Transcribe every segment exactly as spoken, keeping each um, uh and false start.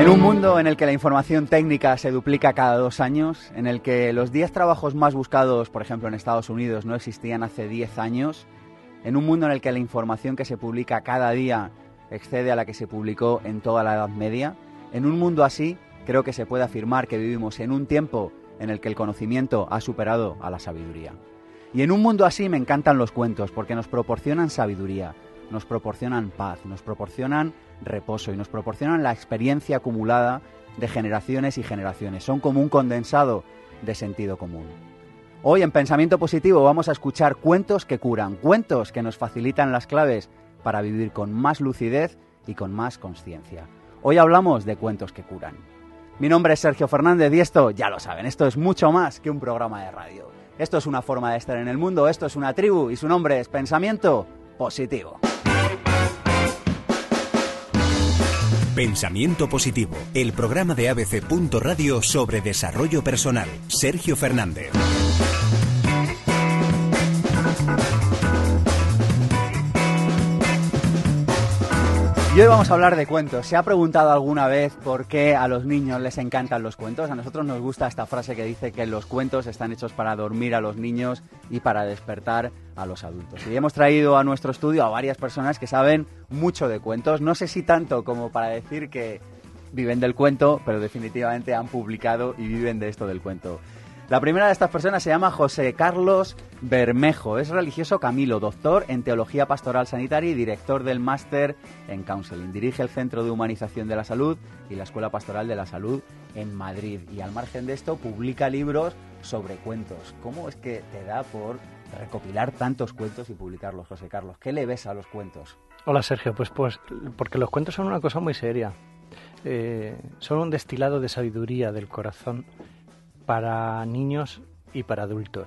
un mundo en el que la información técnica se duplica cada dos años, en el que los diez trabajos más buscados, por ejemplo en Estados Unidos, no existían hace diez años, en un mundo en el que la información que se publica cada día excede a la que se publicó en toda la Edad Media, en un mundo así, creo que se puede afirmar que vivimos en un tiempo en el que el conocimiento ha superado a la sabiduría. Y en un mundo así me encantan los cuentos, porque nos proporcionan sabiduría, nos proporcionan paz, nos proporcionan reposo y nos proporcionan la experiencia acumulada de generaciones y generaciones. Son como un condensado de sentido común. Hoy en Pensamiento Positivo vamos a escuchar cuentos que curan, cuentos que nos facilitan las claves para vivir con más lucidez y con más consciencia. Hoy hablamos de cuentos que curan. Mi nombre es Sergio Fernández y esto, ya lo saben, esto es mucho más que un programa de radio. Esto es una forma de estar en el mundo, esto es una tribu y su nombre es Pensamiento Positivo. Pensamiento Positivo, el programa de A B C punto Radio sobre desarrollo personal. Sergio Fernández. Y hoy vamos a hablar de cuentos. ¿Se ha preguntado alguna vez por qué a los niños les encantan los cuentos? A nosotros nos gusta esta frase que dice que los cuentos están hechos para dormir a los niños y para despertar a los adultos. Y hemos traído a nuestro estudio a varias personas que saben mucho de cuentos. No sé si tanto como para decir que viven del cuento, pero definitivamente han publicado y viven de esto del cuento. La primera de estas personas se llama José Carlos Bermejo. Es religioso Camilo, doctor en Teología Pastoral Sanitaria y director del máster en Counseling. Dirige el Centro de Humanización de la Salud y la Escuela Pastoral de la Salud en Madrid. Y al margen de esto, publica libros sobre cuentos. ¿Cómo es que te da por recopilar tantos cuentos y publicarlos, José Carlos? ¿Qué le ves a los cuentos? Hola, Sergio. Pues, pues porque los cuentos son una cosa muy seria. Eh, son un destilado de sabiduría del corazón para niños y para adultos,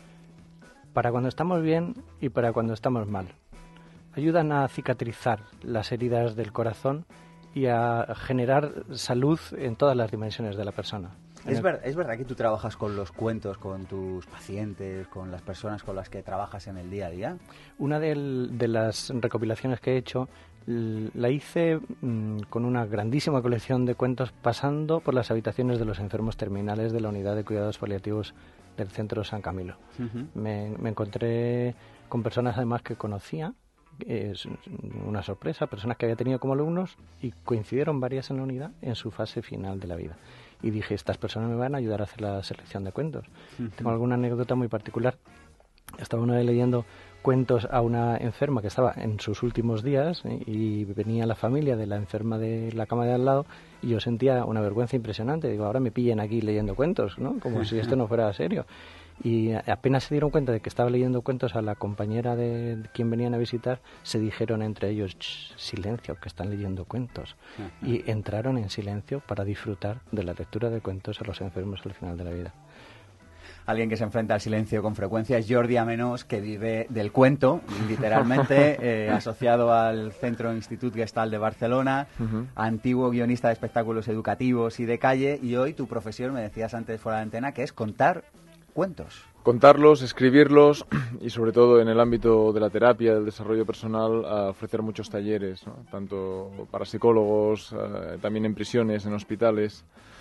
para cuando estamos bien y para cuando estamos mal. Ayudan a cicatrizar las heridas del corazón y a generar salud en todas las dimensiones de la persona. ¿Es, ver, ¿Es verdad que tú trabajas con los cuentos, con tus pacientes, con las personas con las que trabajas en el día a día? Una de, de las recopilaciones que he hecho la hice mmm, con una grandísima colección de cuentos pasando por las habitaciones de los enfermos terminales de la unidad de cuidados paliativos del Centro San Camilo. Uh-huh. Me, me encontré con personas además que conocía, es una sorpresa, personas que había tenido como alumnos y coincidieron varias en la unidad en su fase final de la vida. Y dije, estas personas me van a ayudar a hacer la selección de cuentos. Uh-huh. Tengo alguna anécdota muy particular. Estaba una vez leyendo cuentos a una enferma que estaba en sus últimos días y venía la familia de la enferma de la cama de al lado y yo sentía una vergüenza impresionante. Digo, ahora me pillen aquí leyendo cuentos, ¿no? Como si esto no fuera serio. Y apenas se dieron cuenta de que estaba leyendo cuentos a la compañera de quien venían a visitar, se dijeron entre ellos, silencio, que están leyendo cuentos. Y entraron en silencio para disfrutar de la lectura de cuentos a los enfermos al final de la vida. Alguien que se enfrenta al silencio con frecuencia es Jordi Amenós, que vive del cuento, literalmente, eh, asociado al Centro Institut Gestalt de Barcelona, uh-huh. Antiguo guionista de espectáculos educativos y de calle, y hoy tu profesión, me decías antes fuera de antena, que es contar cuentos. Contarlos, escribirlos y sobre todo en el ámbito de la terapia, del desarrollo personal, a ofrecer muchos talleres, ¿no? Tanto para psicólogos, uh, también en prisiones, en hospitales.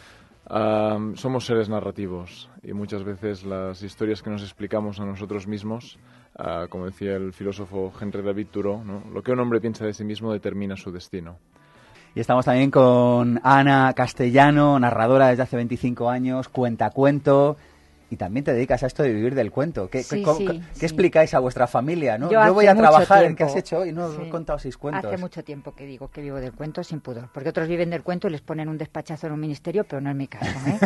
Uh, somos seres narrativos y muchas veces las historias que nos explicamos a nosotros mismos, uh, como decía el filósofo Henry David Thoreau, ¿no? Lo que un hombre piensa de sí mismo determina su destino. Y estamos también con Ana Castellano, narradora desde hace veinticinco años, cuentacuento. Y también te dedicas a esto de vivir del cuento. ¿Qué, sí, ¿qué, sí, ¿qué sí. explicáis a vuestra familia? ¿No? Yo, Yo voy a trabajar, tiempo, ¿qué has hecho hoy? No, sí. he contado seis cuentos. Hace mucho tiempo que digo que vivo del cuento sin pudor. Porque otros viven del cuento y les ponen un despachazo en un ministerio, pero no es mi caso, ¿eh?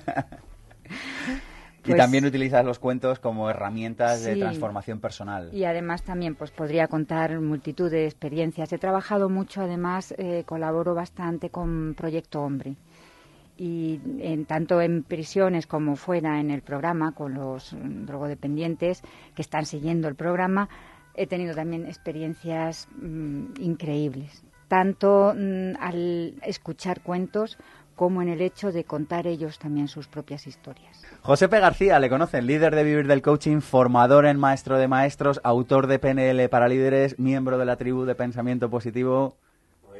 Y pues, también utilizas los cuentos como herramientas sí, de transformación personal. Y además también pues podría contar multitud de experiencias. He trabajado mucho, además eh, colaboro bastante con Proyecto Hombre. Y en, tanto en prisiones como fuera en el programa, con los drogodependientes que están siguiendo el programa, he tenido también experiencias mmm, increíbles. Tanto mmm, al escuchar cuentos como en el hecho de contar ellos también sus propias historias. Josepe García, le conocen, líder de Vivir del Coaching, formador en Maestro de Maestros, autor de P N L para Líderes, miembro de la tribu de Pensamiento Positivo. Muy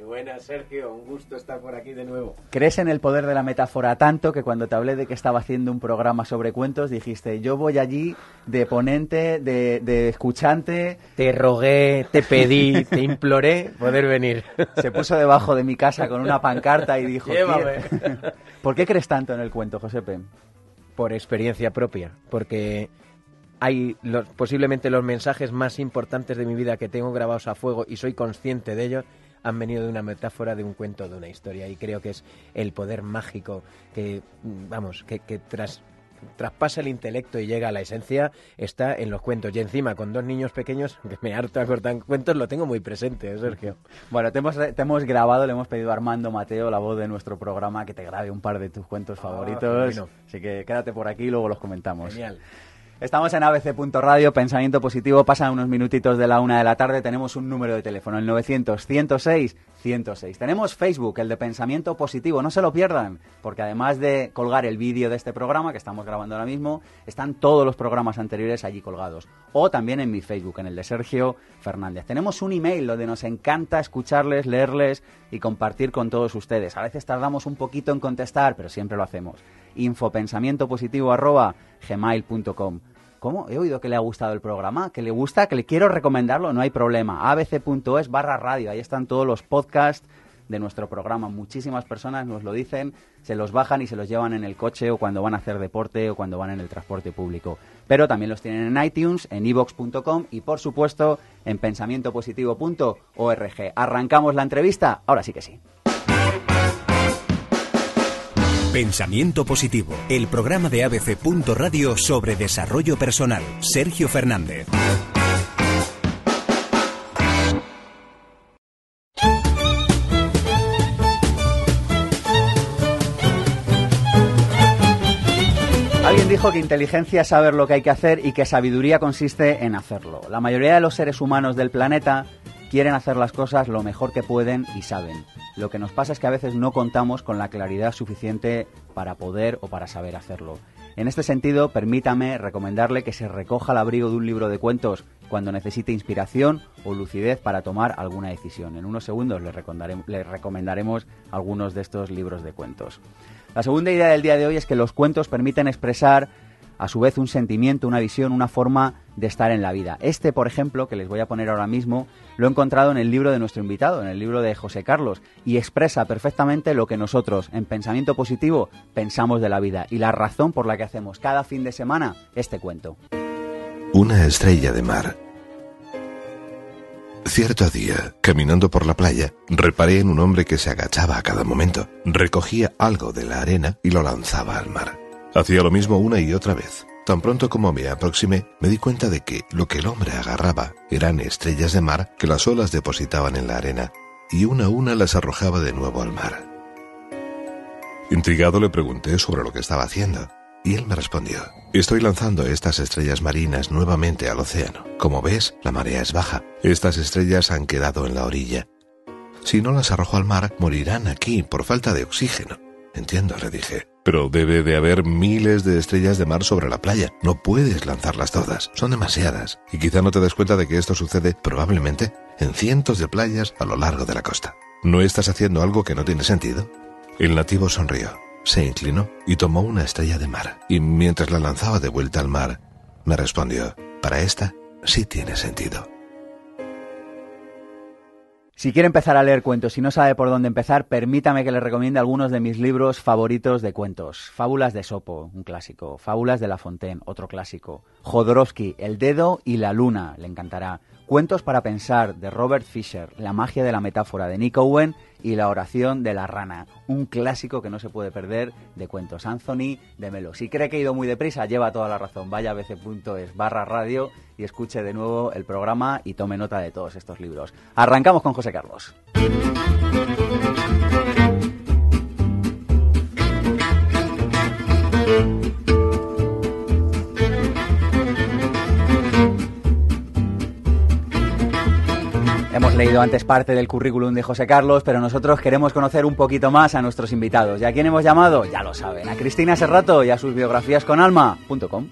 buenas, Sergio. Un gusto estar por aquí de nuevo. Crees en el poder de la metáfora tanto que cuando te hablé de que estaba haciendo un programa sobre cuentos, dijiste, yo voy allí de ponente, de, de escuchante. Te rogué, te pedí, te imploré poder venir. Se puso debajo de mi casa con una pancarta y dijo, llévame. ¿Por qué crees tanto en el cuento, Josepe? Por experiencia propia, porque hay los, posiblemente los mensajes más importantes de mi vida que tengo grabados a fuego y soy consciente de ellos, han venido de una metáfora, de un cuento, de una historia, y creo que es el poder mágico que, vamos, que, que tras, traspasa el intelecto y llega a la esencia, está en los cuentos. Y encima, con dos niños pequeños, que me harto a cortar cuentos, lo tengo muy presente, ¿eh, Sergio? Bueno, te hemos, te hemos grabado, le hemos pedido a Armando Mateo, la voz de nuestro programa, que te grabe un par de tus cuentos favoritos. Oh, así que quédate por aquí y luego los comentamos. Genial. Estamos en A B C punto radio, Pensamiento Positivo, pasan unos minutitos de la una de la tarde, tenemos un número de teléfono, el novecientos, ciento seis, ciento seis. Tenemos Facebook, el de Pensamiento Positivo, no se lo pierdan, porque además de colgar el vídeo de este programa, que estamos grabando ahora mismo, están todos los programas anteriores allí colgados. O también en mi Facebook, en el de Sergio Fernández. Tenemos un email donde nos encanta escucharles, leerles y compartir con todos ustedes. A veces tardamos un poquito en contestar, pero siempre lo hacemos. infopensamientopositivo arroba gmail punto com. ¿Cómo? He oído que le ha gustado el programa, que le gusta, que le quiero recomendarlo, no hay problema. abc.es barra radio, ahí están todos los podcasts de nuestro programa. Muchísimas personas nos lo dicen, se los bajan y se los llevan en el coche o cuando van a hacer deporte o cuando van en el transporte público. Pero también los tienen en iTunes, en iVoox punto com y por supuesto en pensamiento positivo punto org. ¿Arrancamos la entrevista? Ahora sí que sí. Pensamiento Positivo, el programa de A B C punto radio sobre desarrollo personal. Sergio Fernández. Alguien dijo que inteligencia es saber lo que hay que hacer y que sabiduría consiste en hacerlo. La mayoría de los seres humanos del planeta quieren hacer las cosas lo mejor que pueden y saben. Lo que nos pasa es que a veces no contamos con la claridad suficiente para poder o para saber hacerlo. En este sentido, permítame recomendarle que se recoja al abrigo de un libro de cuentos cuando necesite inspiración o lucidez para tomar alguna decisión. En unos segundos le recomendaremos, le recomendaremos algunos de estos libros de cuentos. La segunda idea del día de hoy es que los cuentos permiten expresar a su vez un sentimiento, una visión, una forma de estar en la vida. Este, por ejemplo, que les voy a poner ahora mismo, lo he encontrado en el libro de nuestro invitado, en el libro de José Carlos, y expresa perfectamente lo que nosotros, en Pensamiento Positivo, pensamos de la vida y la razón por la que hacemos cada fin de semana este cuento. Una estrella de mar. Cierto día, caminando por la playa, reparé en un hombre que se agachaba a cada momento, recogía algo de la arena y lo lanzaba al mar. Hacía lo mismo una y otra vez. Tan pronto como me aproximé, me di cuenta de que lo que el hombre agarraba eran estrellas de mar que las olas depositaban en la arena, y una a una las arrojaba de nuevo al mar. Intrigado le pregunté sobre lo que estaba haciendo, y él me respondió: estoy lanzando estas estrellas marinas nuevamente al océano. Como ves, la marea es baja. Estas estrellas han quedado en la orilla. Si no las arrojo al mar, morirán aquí por falta de oxígeno. Entiendo, le dije. Pero debe de haber miles de estrellas de mar sobre la playa. No puedes lanzarlas todas. Son demasiadas. Y quizá no te des cuenta de que esto sucede, probablemente, en cientos de playas a lo largo de la costa. ¿No estás haciendo algo que no tiene sentido? El nativo sonrió, se inclinó y tomó una estrella de mar. Y mientras la lanzaba de vuelta al mar, me respondió: para esta sí tiene sentido. Si quiere empezar a leer cuentos y no sabe por dónde empezar, permítame que le recomiende algunos de mis libros favoritos de cuentos. Fábulas de Esopo, un clásico. Fábulas de La Fontaine, otro clásico. Jodorowsky, El dedo y la luna, le encantará. Cuentos para pensar, de Robert Fisher. La magia de la metáfora, de Nick Owen. Y La oración de la rana, un clásico que no se puede perder de cuentos. Anthony de Melo. Si cree que he ido muy deprisa, lleva toda la razón. Vaya a abc.es barra radio y escuche de nuevo el programa y tome nota de todos estos libros. Arrancamos con José Carlos. Hemos leído antes parte del currículum de José Carlos, pero nosotros queremos conocer un poquito más a nuestros invitados. ¿Y a quién hemos llamado? Ya lo saben, a Cristina Serrato y a sus biografías con alma punto com.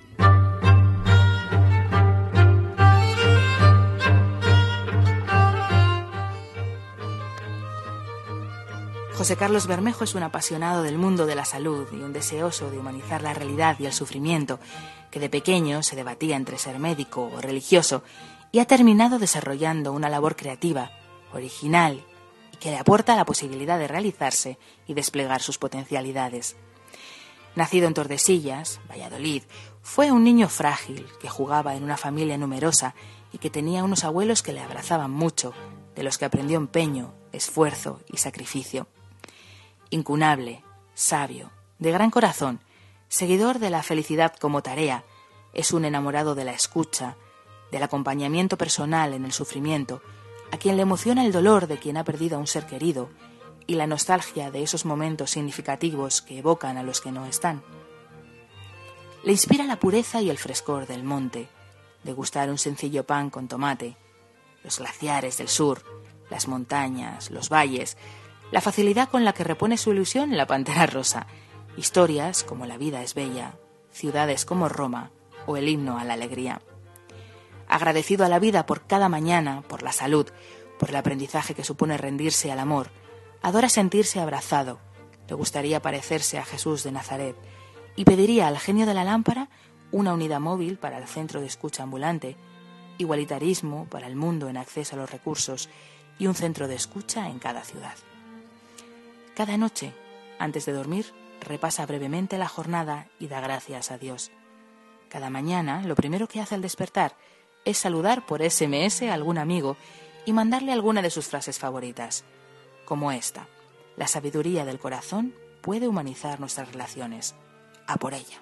José Carlos Bermejo es un apasionado del mundo de la salud y un deseoso de humanizar la realidad y el sufrimiento, que de pequeño se debatía entre ser médico o religioso y ha terminado desarrollando una labor creativa, original y que le aporta la posibilidad de realizarse y desplegar sus potencialidades. Nacido en Tordesillas, Valladolid, fue un niño frágil que jugaba en una familia numerosa y que tenía unos abuelos que le abrazaban mucho, de los que aprendió empeño, esfuerzo y sacrificio. Incunable, sabio, de gran corazón, seguidor de la felicidad como tarea, es un enamorado de la escucha, del acompañamiento personal en el sufrimiento, a quien le emociona el dolor de quien ha perdido a un ser querido y la nostalgia de esos momentos significativos que evocan a los que no están. Le inspira la pureza y el frescor del monte, degustar un sencillo pan con tomate, los glaciares del sur, las montañas, los valles, la facilidad con la que repone su ilusión la pantera rosa, historias como La vida es bella, ciudades como Roma o el himno a la alegría. Agradecido a la vida por cada mañana, por la salud, por el aprendizaje que supone rendirse al amor, adora sentirse abrazado, le gustaría parecerse a Jesús de Nazaret y pediría al genio de la lámpara una unidad móvil para el centro de escucha ambulante, igualitarismo para el mundo en acceso a los recursos y un centro de escucha en cada ciudad. Cada noche, antes de dormir, repasa brevemente la jornada y da gracias a Dios. Cada mañana, lo primero que hace al despertar es saludar por ese eme ese a algún amigo y mandarle alguna de sus frases favoritas, como esta: la sabiduría del corazón puede humanizar nuestras relaciones. A por ella.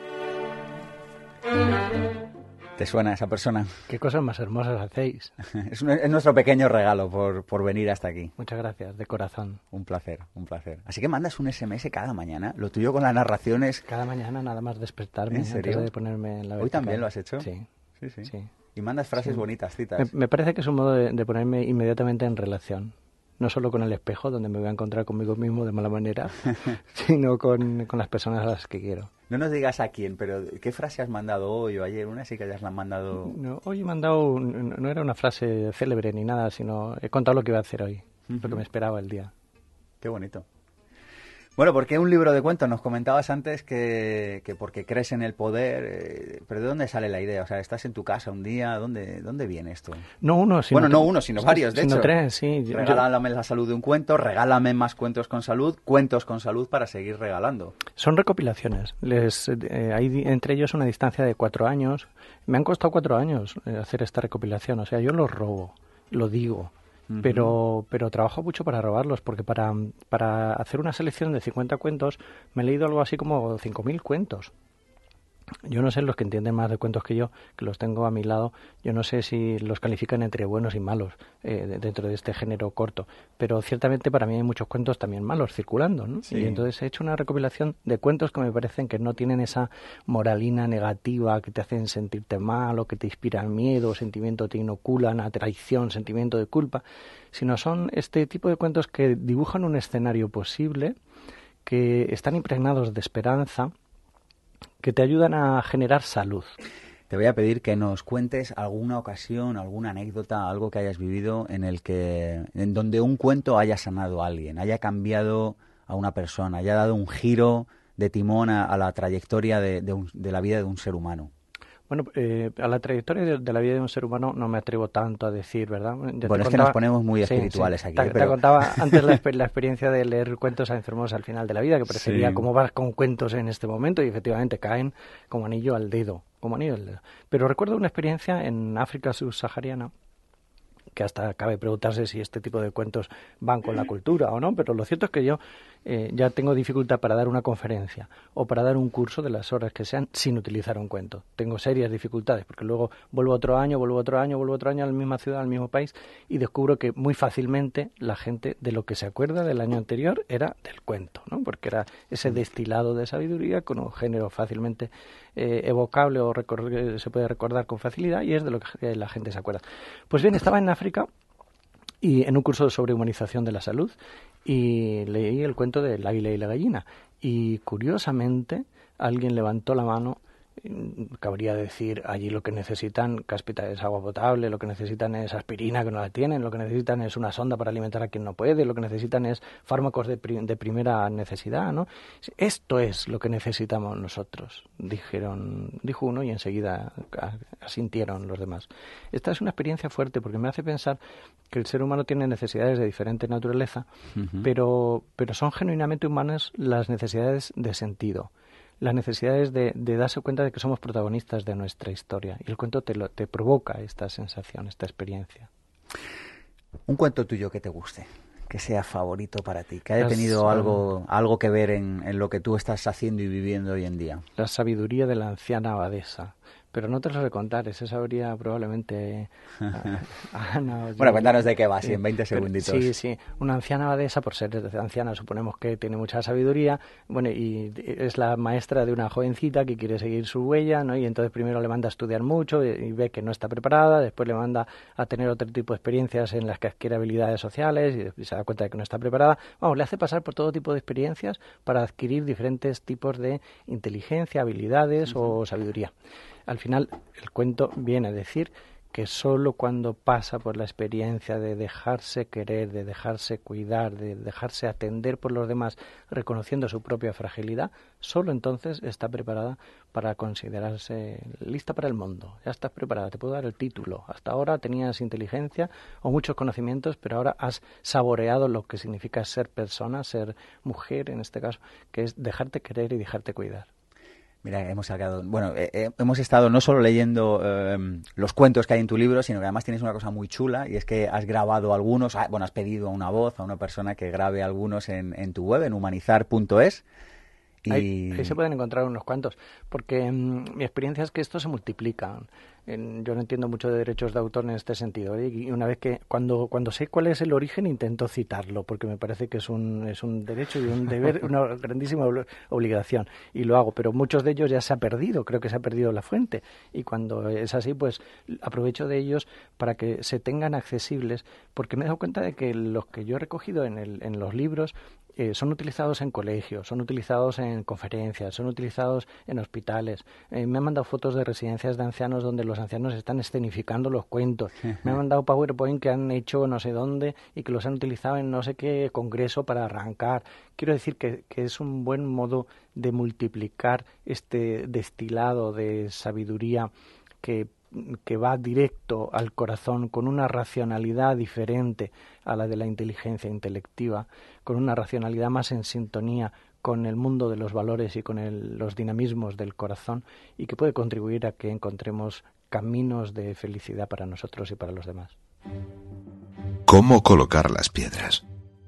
¿Te suena esa persona? ¿Qué cosas más hermosas hacéis? Es, un, es nuestro pequeño regalo por, por venir hasta aquí. Muchas gracias, de corazón. Un placer, un placer. Así que mandas un ese eme ese cada mañana. Lo tuyo con las narraciones... Cada mañana nada más despertarme. ¿En serio? Antes de ponerme en la ¿Hoy vertical. también lo has hecho? Sí. Sí, sí. sí. Y mandas frases sí. bonitas, citas. Me, me parece que es un modo de, de ponerme inmediatamente en relación. No solo con el espejo, donde me voy a encontrar conmigo mismo de mala manera, sino con, con las personas a las que quiero. No nos digas a quién, pero ¿qué frase has mandado hoy o ayer? Una sí que hayas la mandado... No, hoy he mandado, un, no era una frase célebre ni nada, sino he contado lo que iba a hacer hoy, uh-huh. lo que me esperaba el día. Qué bonito. Bueno, ¿por qué un libro de cuentos? Nos comentabas antes que, que porque crees en el poder, eh, pero ¿de dónde sale la idea? O sea, ¿estás en tu casa un día? ¿Dónde, dónde viene esto? No uno, sino Bueno, no uno, sino varios, de sino hecho. tres, sí. Regálame la salud de un cuento, regálame más cuentos con salud, cuentos con salud para seguir regalando. Son recopilaciones. Les, eh, hay entre ellos una distancia de cuatro años. Me han costado cuatro años eh, hacer esta recopilación. O sea, yo los robo, lo digo. Uh-huh. Pero, pero trabajo mucho para robarlos, porque para, para hacer una selección de cincuenta cuentos me he leído algo así como cinco mil cuentos. Yo no sé, los que entienden más de cuentos que yo, que los tengo a mi lado, yo no sé si los califican entre buenos y malos eh, dentro de este género corto, pero ciertamente para mí hay muchos cuentos también malos circulando, ¿no? Sí. Y entonces he hecho una recopilación de cuentos que me parecen que no tienen esa moralina negativa que te hacen sentirte mal o que te inspiran miedo, sentimiento te inoculan a traición, sentimiento de culpa, sino son este tipo de cuentos que dibujan un escenario posible, que están impregnados de esperanza, que te ayudan a generar salud. Te voy a pedir que nos cuentes alguna ocasión, alguna anécdota, algo que hayas vivido en el que, en donde un cuento haya sanado a alguien, haya cambiado a una persona, haya dado un giro de timón a, a la trayectoria de, de, un, de la vida de un ser humano. Bueno, eh, a la trayectoria de, de la vida de un ser humano no me atrevo tanto a decir, ¿verdad? Ya bueno, es contaba... que nos ponemos muy espirituales sí, sí. aquí. Te, pero... te contaba antes la, la experiencia de leer cuentos a enfermos al final de la vida, que parecería sí. cómo vas con cuentos en este momento, y efectivamente caen como anillo al dedo, como anillo al dedo. Pero recuerdo una experiencia en África subsahariana, que hasta cabe preguntarse si este tipo de cuentos van con la cultura o no, pero lo cierto es que yo eh, ya tengo dificultad para dar una conferencia o para dar un curso de las horas que sean sin utilizar un cuento. Tengo serias dificultades porque luego vuelvo otro año, vuelvo otro año, vuelvo otro año a la misma ciudad, al mismo país, y descubro que muy fácilmente la gente de lo que se acuerda del año anterior era del cuento, ¿no? Porque era ese destilado de sabiduría con un género fácilmente eh, evocable o recor- se puede recordar con facilidad, y es de lo que la gente se acuerda. Pues bien, estaba en África y en un curso sobre humanización de la salud, y leí el cuento del águila y la gallina, y curiosamente alguien levantó la mano Cabría decir, allí lo que necesitan, cáspita, es agua potable, lo que necesitan es aspirina, que no la tienen, lo que necesitan es una sonda para alimentar a quien no puede, lo que necesitan es fármacos de, pri- de primera necesidad, ¿no? Esto es lo que necesitamos nosotros, dijeron, dijo uno y enseguida asintieron los demás. Esta es una experiencia fuerte porque me hace pensar que el ser humano tiene necesidades de diferente naturaleza, uh-huh. pero, pero son genuinamente humanas las necesidades de sentido. Las necesidades de, de darse cuenta de que somos protagonistas de nuestra historia. Y el cuento te, lo, te provoca esta sensación, esta experiencia. Un cuento tuyo que te guste, que sea favorito para ti, que haya Las, tenido algo, algo que ver en, en lo que tú estás haciendo y viviendo hoy en día. La sabiduría de la anciana abadesa. Pero no te lo sé contar, ese sabría probablemente... Ana, bueno, cuéntanos de qué va, sí, en veinte segunditos. Sí, sí, una anciana abadesa, por ser anciana, suponemos que tiene mucha sabiduría, bueno, y es la maestra de una jovencita que quiere seguir su huella, ¿no? Y entonces primero le manda a estudiar mucho y, y ve que no está preparada, después le manda a tener otro tipo de experiencias en las que adquiere habilidades sociales y, y se da cuenta de que no está preparada. Vamos, le hace pasar por todo tipo de experiencias para adquirir diferentes tipos de inteligencia, habilidades uh-huh. o sabiduría. Al final, el cuento viene a decir que solo cuando pasa por la experiencia de dejarse querer, de dejarse cuidar, de dejarse atender por los demás, reconociendo su propia fragilidad, solo entonces está preparada para considerarse lista para el mundo. Ya estás preparada, te puedo dar el título. Hasta ahora tenías inteligencia o muchos conocimientos, pero ahora has saboreado lo que significa ser persona, ser mujer en este caso, que es dejarte querer y dejarte cuidar. Mira, hemos sacado, bueno, eh, hemos estado no solo leyendo eh, los cuentos que hay en tu libro, sino que además tienes una cosa muy chula y es que has grabado algunos, bueno, has pedido a una voz, a una persona que grabe algunos en, en tu web, en humanizar punto es. Y... Ahí, ahí se pueden encontrar unos cuantos, porque mmm, mi experiencia es que esto se multiplica. En, yo no entiendo mucho de derechos de autor en este sentido, ¿eh? Y una vez que cuando cuando sé cuál es el origen intento citarlo, porque me parece que es un es un derecho y un deber, una grandísima obligación, y lo hago, pero muchos de ellos ya se ha perdido, creo que se ha perdido la fuente, y cuando es así, pues aprovecho de ellos para que se tengan accesibles, porque me he dado cuenta de que los que yo he recogido en el en los libros Eh, son utilizados en colegios, son utilizados en conferencias, son utilizados en hospitales. Eh, me han mandado fotos de residencias de ancianos donde los ancianos están escenificando los cuentos. Me han mandado PowerPoint que han hecho no sé dónde y que los han utilizado en no sé qué congreso para arrancar. Quiero decir que, que es un buen modo de multiplicar este destilado de sabiduría que que va directo al corazón con una racionalidad diferente a la de la inteligencia intelectiva, con una racionalidad más en sintonía con el mundo de los valores y con el, los dinamismos del corazón, y que puede contribuir a que encontremos caminos de felicidad para nosotros y para los demás. ¿Cómo colocar las piedras?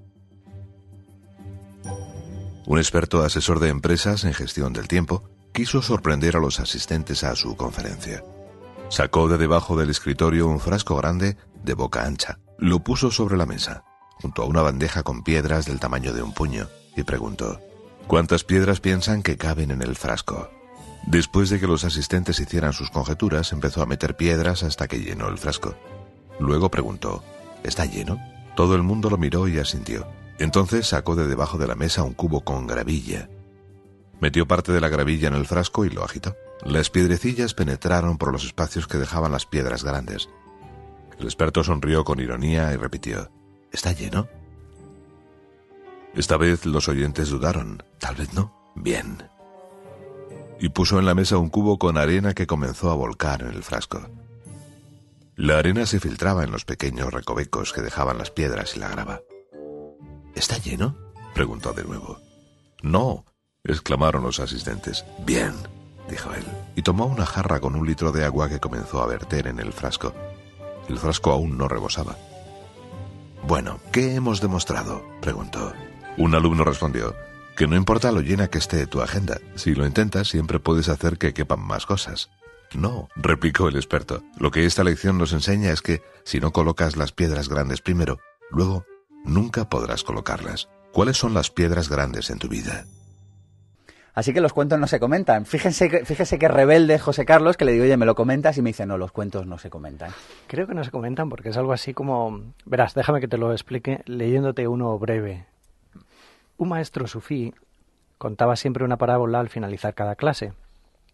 Un experto asesor de empresas en gestión del tiempo quiso sorprender a los asistentes a su conferencia. Sacó de debajo del escritorio un frasco grande de boca ancha. Lo puso sobre la mesa, junto a una bandeja con piedras del tamaño de un puño, y preguntó: ¿cuántas piedras piensan que caben en el frasco? Después de que los asistentes hicieran sus conjeturas, empezó a meter piedras hasta que llenó el frasco. Luego preguntó: ¿está lleno? Todo el mundo lo miró y asintió. Entonces sacó de debajo de la mesa un cubo con gravilla. Metió parte de la gravilla en el frasco y lo agitó. Las piedrecillas penetraron por los espacios que dejaban las piedras grandes. El experto sonrió con ironía y repitió: ¿está lleno? Esta vez los oyentes dudaron. Tal vez no. Bien. Y puso en la mesa un cubo con arena que comenzó a volcar en el frasco. La arena se filtraba en los pequeños recovecos que dejaban las piedras y la grava. ¿Está lleno?, preguntó de nuevo. No, exclamaron los asistentes. Bien, dijo él, y tomó una jarra con un litro de agua que comenzó a verter en el frasco. El frasco aún no rebosaba. Bueno, ¿qué hemos demostrado?, preguntó. Un alumno respondió: que no importa lo llena que esté tu agenda, si lo intentas siempre puedes hacer que quepan más cosas. No, replicó el experto, lo que esta lección nos enseña es que si no colocas las piedras grandes primero, luego nunca podrás colocarlas. ¿Cuáles son las piedras grandes en tu vida? Así que los cuentos no se comentan. Fíjense que, fíjese que rebelde José Carlos, que le digo, oye, ¿me lo comentas? Y me dice, no, los cuentos no se comentan. Creo que no se comentan porque es algo así como... Verás, déjame que te lo explique leyéndote uno breve. Un maestro sufí contaba siempre una parábola al finalizar cada clase.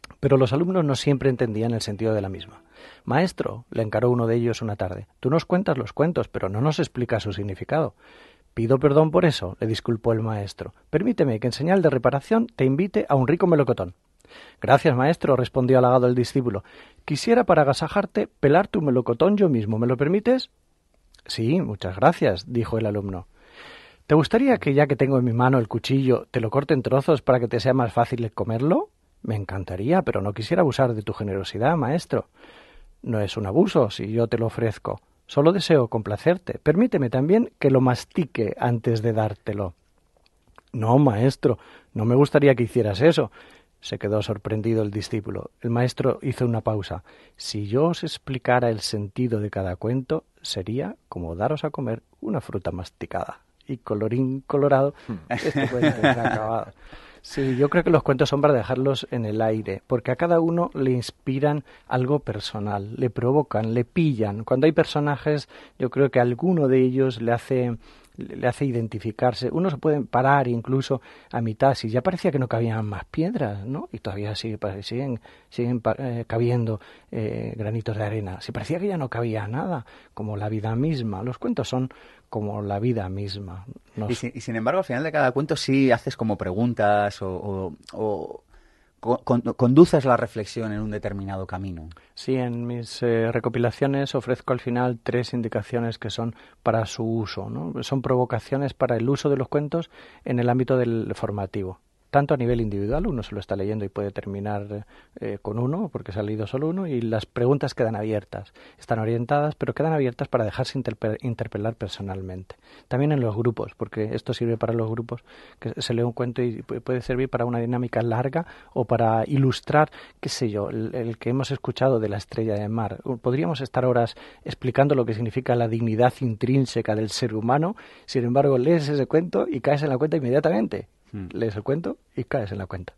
Pero los alumnos no siempre entendían el sentido de la misma. «Maestro», le encaró uno de ellos una tarde, «tú nos cuentas los cuentos, pero no nos explicas su significado». «Pido perdón por eso», le disculpó el maestro. «Permíteme que en señal de reparación te invite a un rico melocotón». «Gracias, maestro», respondió halagado el discípulo. «Quisiera para agasajarte pelar tu melocotón yo mismo. ¿Me lo permites?» «Sí, muchas gracias», dijo el alumno. «¿Te gustaría que, ya que tengo en mi mano el cuchillo, te lo corte en trozos para que te sea más fácil comerlo?» «Me encantaría, pero no quisiera abusar de tu generosidad, maestro». «No es un abuso si yo te lo ofrezco. Solo deseo complacerte. Permíteme también que lo mastique antes de dártelo». «No, maestro, no me gustaría que hicieras eso». Se quedó sorprendido el discípulo. El maestro hizo una pausa. «Si yo os explicara el sentido de cada cuento, sería como daros a comer una fruta masticada». Y colorín colorado, este cuento se ha acabado. Sí, yo creo que los cuentos son para dejarlos en el aire, porque a cada uno le inspiran algo personal, le provocan, le pillan. Cuando hay personajes, yo creo que a alguno de ellos le hace le hace identificarse. Uno se puede parar incluso a mitad, si ya parecía que no cabían más piedras, ¿no? Y todavía sigue, siguen siguen eh, cabiendo eh, granitos de arena. Si parecía que ya no cabía nada, como la vida misma. Los cuentos son como la vida misma. Nos... Y, si, y sin embargo, al final de cada cuento sí haces como preguntas o, o, o con, conduces la reflexión en un determinado camino. Sí, en mis eh, recopilaciones ofrezco al final tres indicaciones que son para su uso, ¿no? Son provocaciones para el uso de los cuentos en el ámbito del formativo. Tanto a nivel individual, uno se lo está leyendo y puede terminar eh, con uno, porque se ha leído solo uno, y las preguntas quedan abiertas. Están orientadas, pero quedan abiertas para dejarse interpe- interpelar personalmente. También en los grupos, porque esto sirve para los grupos, que se lee un cuento y puede servir para una dinámica larga o para ilustrar, qué sé yo, el, el que hemos escuchado de la estrella de mar. Podríamos estar horas explicando lo que significa la dignidad intrínseca del ser humano, sin embargo, lees ese cuento y caes en la cuenta inmediatamente. Lees el cuento y caes en la cuenta.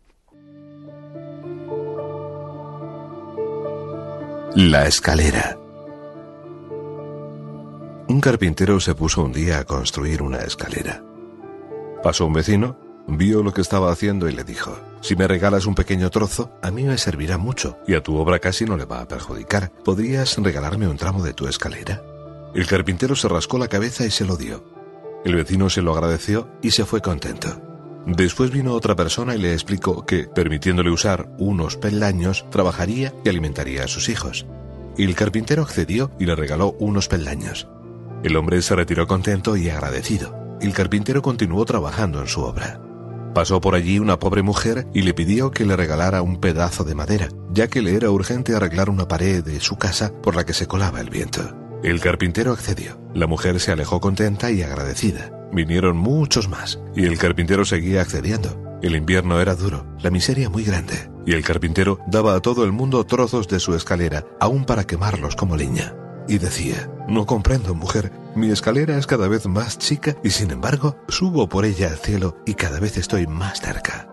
La escalera. Un carpintero se puso un día a construir una escalera. Pasó un vecino, vio lo que estaba haciendo y le dijo: «Si me regalas un pequeño trozo, a mí me servirá mucho y a tu obra casi no le va a perjudicar. ¿Podrías regalarme un tramo de tu escalera?» El carpintero se rascó la cabeza y se lo dio. El vecino se lo agradeció y se fue contento. Después vino otra persona y le explicó que, permitiéndole usar unos peldaños, trabajaría y alimentaría a sus hijos. El carpintero accedió y le regaló unos peldaños. El hombre se retiró contento y agradecido. El carpintero continuó trabajando en su obra. Pasó por allí una pobre mujer y le pidió que le regalara un pedazo de madera, ya que le era urgente arreglar una pared de su casa por la que se colaba el viento. El carpintero accedió. La mujer se alejó contenta y agradecida. Vinieron muchos más, y el carpintero seguía accediendo. El invierno era duro, la miseria muy grande, y el carpintero daba a todo el mundo trozos de su escalera, aún para quemarlos como leña. Y decía: «No comprendo, mujer, mi escalera es cada vez más chica, y sin embargo, subo por ella al cielo y cada vez estoy más cerca».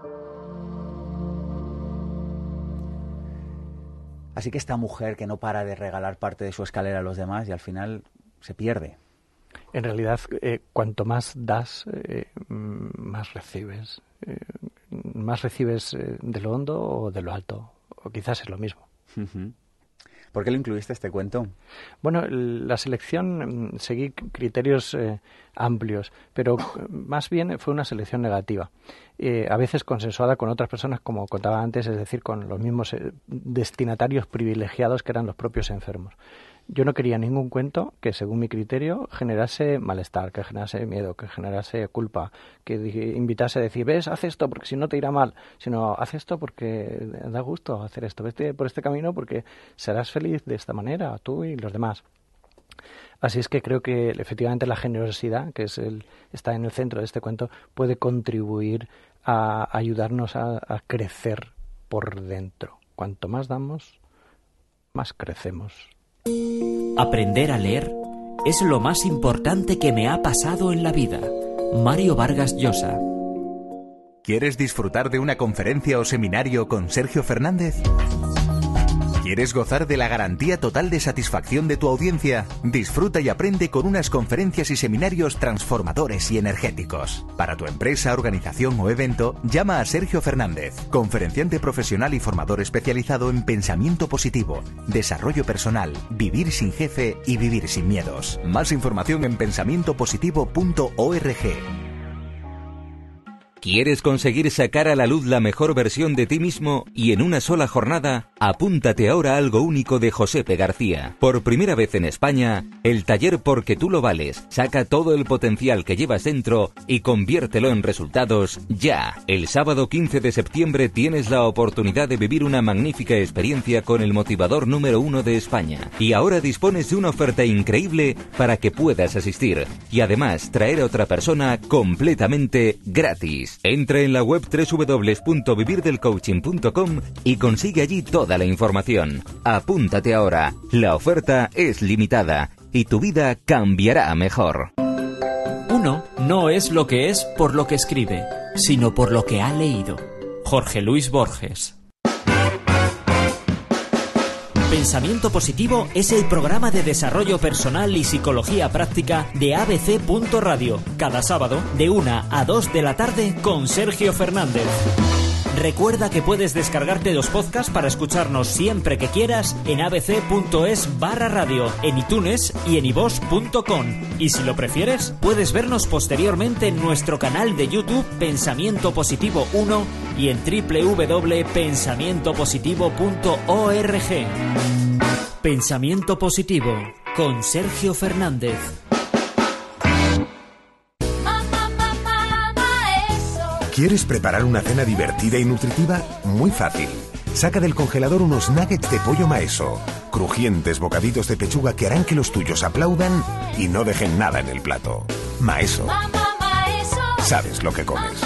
Así que esta mujer que no para de regalar parte de su escalera a los demás y al final se pierde. En realidad, eh, cuanto más das, eh, más recibes. Eh, más recibes eh, de lo hondo o de lo alto. O quizás es lo mismo. Uh-huh. ¿Por qué lo incluiste este cuento? Bueno, la selección, seguí criterios eh, amplios, pero más bien fue una selección negativa. Eh, a veces consensuada con otras personas, como contaba antes, es decir, con los mismos eh, destinatarios privilegiados que eran los propios enfermos. Yo no quería ningún cuento que, según mi criterio, generase malestar, que generase miedo, que generase culpa, que invitase a decir: ves, haz esto porque si no te irá mal, sino haz esto porque da gusto hacer esto, vete por este camino porque serás feliz de esta manera, tú y los demás. Así es que creo que efectivamente la generosidad, que es el, está en el centro de este cuento, puede contribuir a ayudarnos a, a crecer por dentro. Cuanto más damos, más crecemos. Aprender a leer es lo más importante que me ha pasado en la vida. Mario Vargas Llosa. ¿Quieres disfrutar de una conferencia o seminario con Sergio Fernández? ¿Quieres gozar de la garantía total de satisfacción de tu audiencia? Disfruta y aprende con unas conferencias y seminarios transformadores y energéticos. Para tu empresa, organización o evento, llama a Sergio Fernández, conferenciante profesional y formador especializado en pensamiento positivo, desarrollo personal, vivir sin jefe y vivir sin miedos. Más información en pensamiento positivo punto org. ¿Quieres conseguir sacar a la luz la mejor versión de ti mismo y en una sola jornada? Apúntate ahora a Algo Único de Josepe García. Por primera vez en España, el taller Porque tú lo vales. Saca todo el potencial que llevas dentro y conviértelo en resultados ya. El sábado quince de septiembre tienes la oportunidad de vivir una magnífica experiencia con el motivador número uno de España. Y ahora dispones de una oferta increíble para que puedas asistir. Y además traer a otra persona completamente gratis. Entra en la web doble u doble u doble u punto vivir del coaching punto com y consigue allí toda la información. Apúntate ahora. La oferta es limitada y tu vida cambiará a mejor. Uno no es lo que es por lo que escribe, sino por lo que ha leído. Jorge Luis Borges. Pensamiento Positivo es el programa de desarrollo personal y psicología práctica de A B C punto Radio, cada sábado de una a dos de la tarde con Sergio Fernández. Recuerda que puedes descargarte los podcasts para escucharnos siempre que quieras en abc.es barra radio, en iTunes y en ivos punto com. Y si lo prefieres, puedes vernos posteriormente en nuestro canal de YouTube Pensamiento Positivo uno y en doble u doble u doble u punto pensamiento positivo punto org. Pensamiento Positivo con Sergio Fernández. ¿Quieres preparar una cena divertida y nutritiva? Muy fácil. Saca del congelador unos nuggets de pollo Maeso, crujientes bocaditos de pechuga que harán que los tuyos aplaudan y no dejen nada en el plato. Maeso. Sabes lo que comes.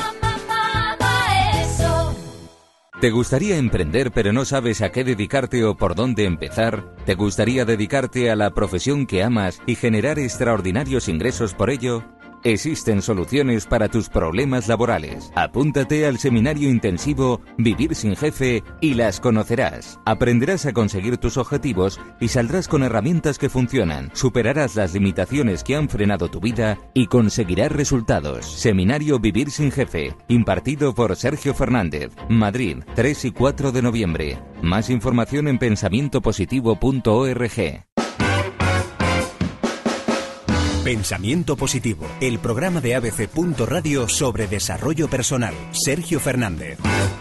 ¿Te gustaría emprender pero no sabes a qué dedicarte o por dónde empezar? ¿Te gustaría dedicarte a la profesión que amas y generar extraordinarios ingresos por ello? Existen soluciones para tus problemas laborales. Apúntate al seminario intensivo Vivir sin Jefe y las conocerás. Aprenderás a conseguir tus objetivos y saldrás con herramientas que funcionan. Superarás las limitaciones que han frenado tu vida y conseguirás resultados. Seminario Vivir sin Jefe, impartido por Sergio Fernández. Madrid, tres y cuatro de noviembre. Más información en pensamiento positivo punto org. Pensamiento Positivo, el programa de A B C punto Radio sobre desarrollo personal. Sergio Fernández.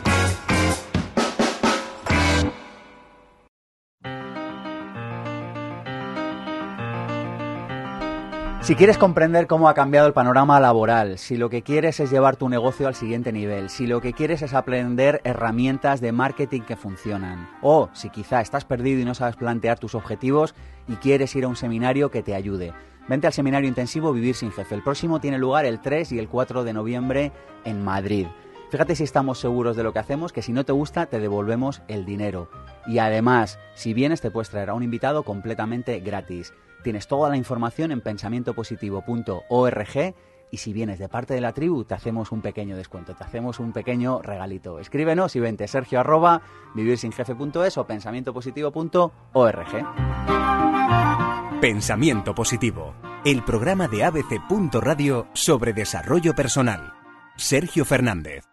Si quieres comprender cómo ha cambiado el panorama laboral, si lo que quieres es llevar tu negocio al siguiente nivel, si lo que quieres es aprender herramientas de marketing que funcionan, o si quizá estás perdido y no sabes plantear tus objetivos y quieres ir a un seminario que te ayude, vente al seminario intensivo Vivir sin Jefe. El próximo tiene lugar el tres y el cuatro de noviembre en Madrid. Fíjate si estamos seguros de lo que hacemos, que si no te gusta te devolvemos el dinero. Y además, si vienes te puedes traer a un invitado completamente gratis. Tienes toda la información en pensamiento positivo punto org y si vienes de parte de la tribu te hacemos un pequeño descuento, te hacemos un pequeño regalito. Escríbenos y vente sergio arroba vivirsinjefe punto es o pensamiento positivo punto org. Pensamiento Positivo, el programa de A B C punto Radio sobre desarrollo personal. Sergio Fernández.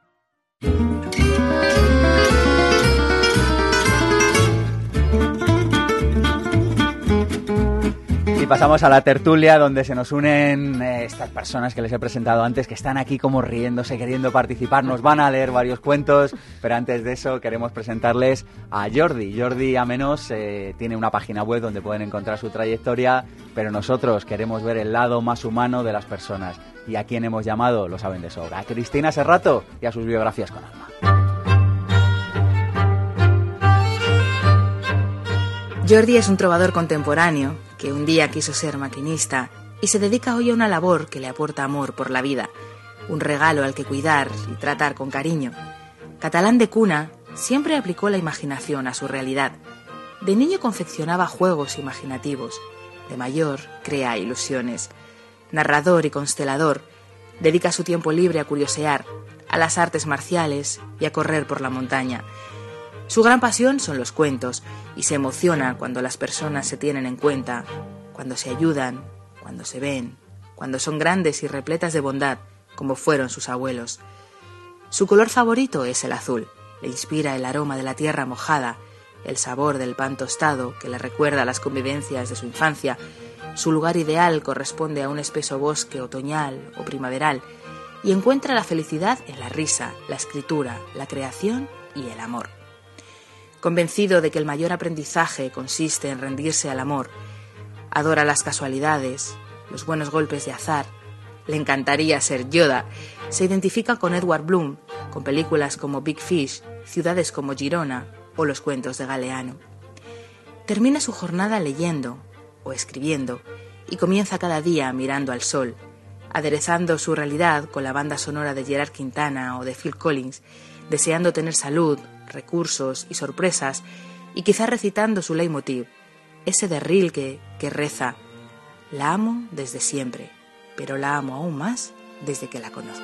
Y pasamos a la tertulia donde se nos unen eh, estas personas que les he presentado antes, que están aquí como riéndose, queriendo participar. Nos van a leer varios cuentos, pero antes de eso queremos presentarles a Jordi. Jordi Amenos eh, tiene una página web donde pueden encontrar su trayectoria, pero nosotros queremos ver el lado más humano de las personas. Y a quien hemos llamado, lo saben de sobra, a Cristina Serrato y a sus biografías con alma. Jordi es un trovador contemporáneo que un día quiso ser maquinista y se dedica hoy a una labor que le aporta amor por la vida, un regalo al que cuidar y tratar con cariño. Catalán de cuna, siempre aplicó la imaginación a su realidad. De niño confeccionaba juegos imaginativos, de mayor crea ilusiones. Narrador y constelador, dedica su tiempo libre a curiosear, a las artes marciales y a correr por la montaña. Su gran pasión son los cuentos y se emociona cuando las personas se tienen en cuenta, cuando se ayudan, cuando se ven, cuando son grandes y repletas de bondad, como fueron sus abuelos. Su color favorito es el azul. Le inspira el aroma de la tierra mojada, el sabor del pan tostado que le recuerda las convivencias de su infancia. Su lugar ideal corresponde a un espeso bosque otoñal o primaveral y encuentra la felicidad en la risa, la escritura, la creación y el amor. Convencido de que el mayor aprendizaje consiste en rendirse al amor, adora las casualidades, los buenos golpes de azar, le encantaría ser Yoda, se identifica con Edward Bloom, con películas como Big Fish, ciudades como Girona o los cuentos de Galeano. Termina su jornada leyendo o escribiendo y comienza cada día mirando al sol, aderezando su realidad con la banda sonora de Gerard Quintana o de Phil Collins, deseando tener salud, recursos y sorpresas, y quizá recitando su leitmotiv, ese de Rilke que reza: la amo desde siempre, pero la amo aún más desde que la conozco.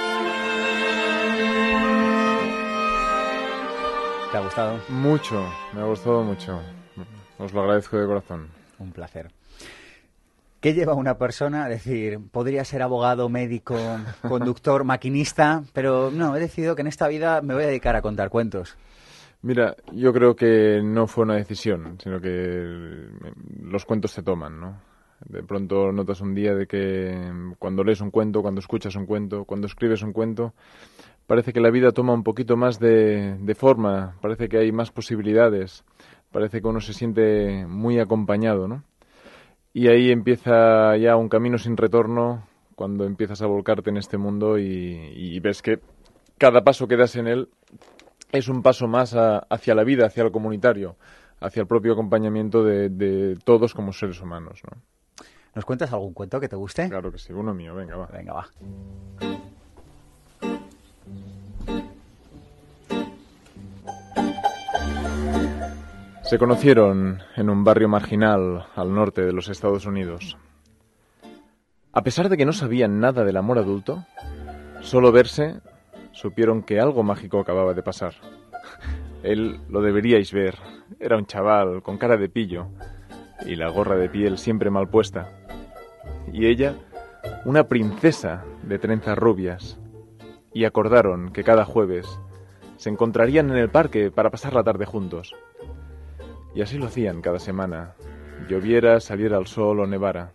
¿Te ha gustado? Mucho, me ha gustado mucho. Os lo agradezco de corazón. Un placer. ¿Qué lleva a una persona a decir, podría ser abogado, médico, conductor, maquinista, pero no, he decidido que en esta vida me voy a dedicar a contar cuentos? Mira, yo creo que no fue una decisión, sino que los cuentos se toman, ¿no? De pronto notas un día de que cuando lees un cuento, cuando escuchas un cuento, cuando escribes un cuento, parece que la vida toma un poquito más de, de forma, parece que hay más posibilidades, parece que uno se siente muy acompañado, ¿no? Y ahí empieza ya un camino sin retorno cuando empiezas a volcarte en este mundo y, y ves que cada paso que das en él es un paso más a, hacia la vida, hacia lo comunitario, hacia el propio acompañamiento de, de todos como seres humanos, ¿no? ¿Nos cuentas algún cuento que te guste? Claro que sí, uno mío, venga, va. Venga, va. Se conocieron en un barrio marginal al norte de los Estados Unidos. A pesar de que no sabían nada del amor adulto, solo verse, supieron que algo mágico acababa de pasar. Él lo deberíais ver. Era un chaval con cara de pillo y la gorra de piel siempre mal puesta. Y ella, una princesa de trenzas rubias. Y acordaron que cada jueves se encontrarían en el parque para pasar la tarde juntos. Y así lo hacían cada semana, lloviera, saliera el sol o nevara.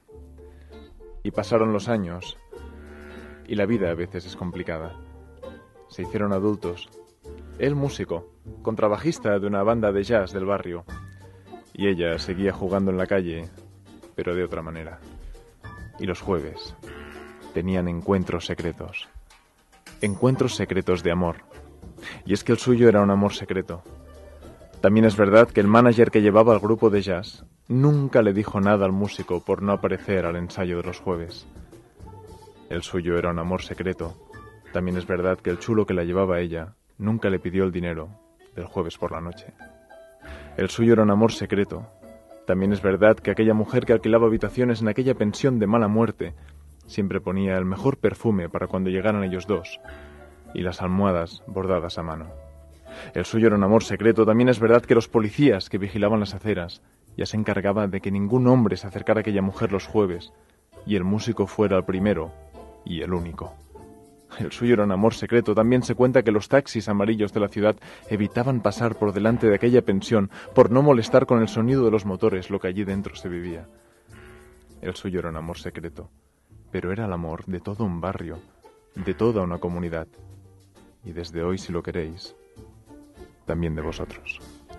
Y pasaron los años, y la vida a veces es complicada. Se hicieron adultos. Él músico, contrabajista de una banda de jazz del barrio. Y ella seguía jugando en la calle, pero de otra manera. Y los jueves tenían encuentros secretos. Encuentros secretos de amor. Y es que el suyo era un amor secreto. También es verdad que el manager que llevaba al grupo de jazz nunca le dijo nada al músico por no aparecer al ensayo de los jueves. El suyo era un amor secreto. También es verdad que el chulo que la llevaba a ella nunca le pidió el dinero del jueves por la noche. El suyo era un amor secreto. También es verdad que aquella mujer que alquilaba habitaciones en aquella pensión de mala muerte siempre ponía el mejor perfume para cuando llegaran ellos dos y las almohadas bordadas a mano. El suyo era un amor secreto. También es verdad que los policías que vigilaban las aceras ya se encargaban de que ningún hombre se acercara a aquella mujer los jueves y el músico fuera el primero y el único. El suyo era un amor secreto. También se cuenta que los taxis amarillos de la ciudad evitaban pasar por delante de aquella pensión por no molestar con el sonido de los motores lo que allí dentro se vivía. El suyo era un amor secreto, pero era el amor de todo un barrio, de toda una comunidad. Y desde hoy, si lo queréis, también de vosotros.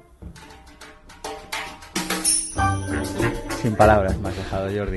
Sin palabras me has dejado, Jordi.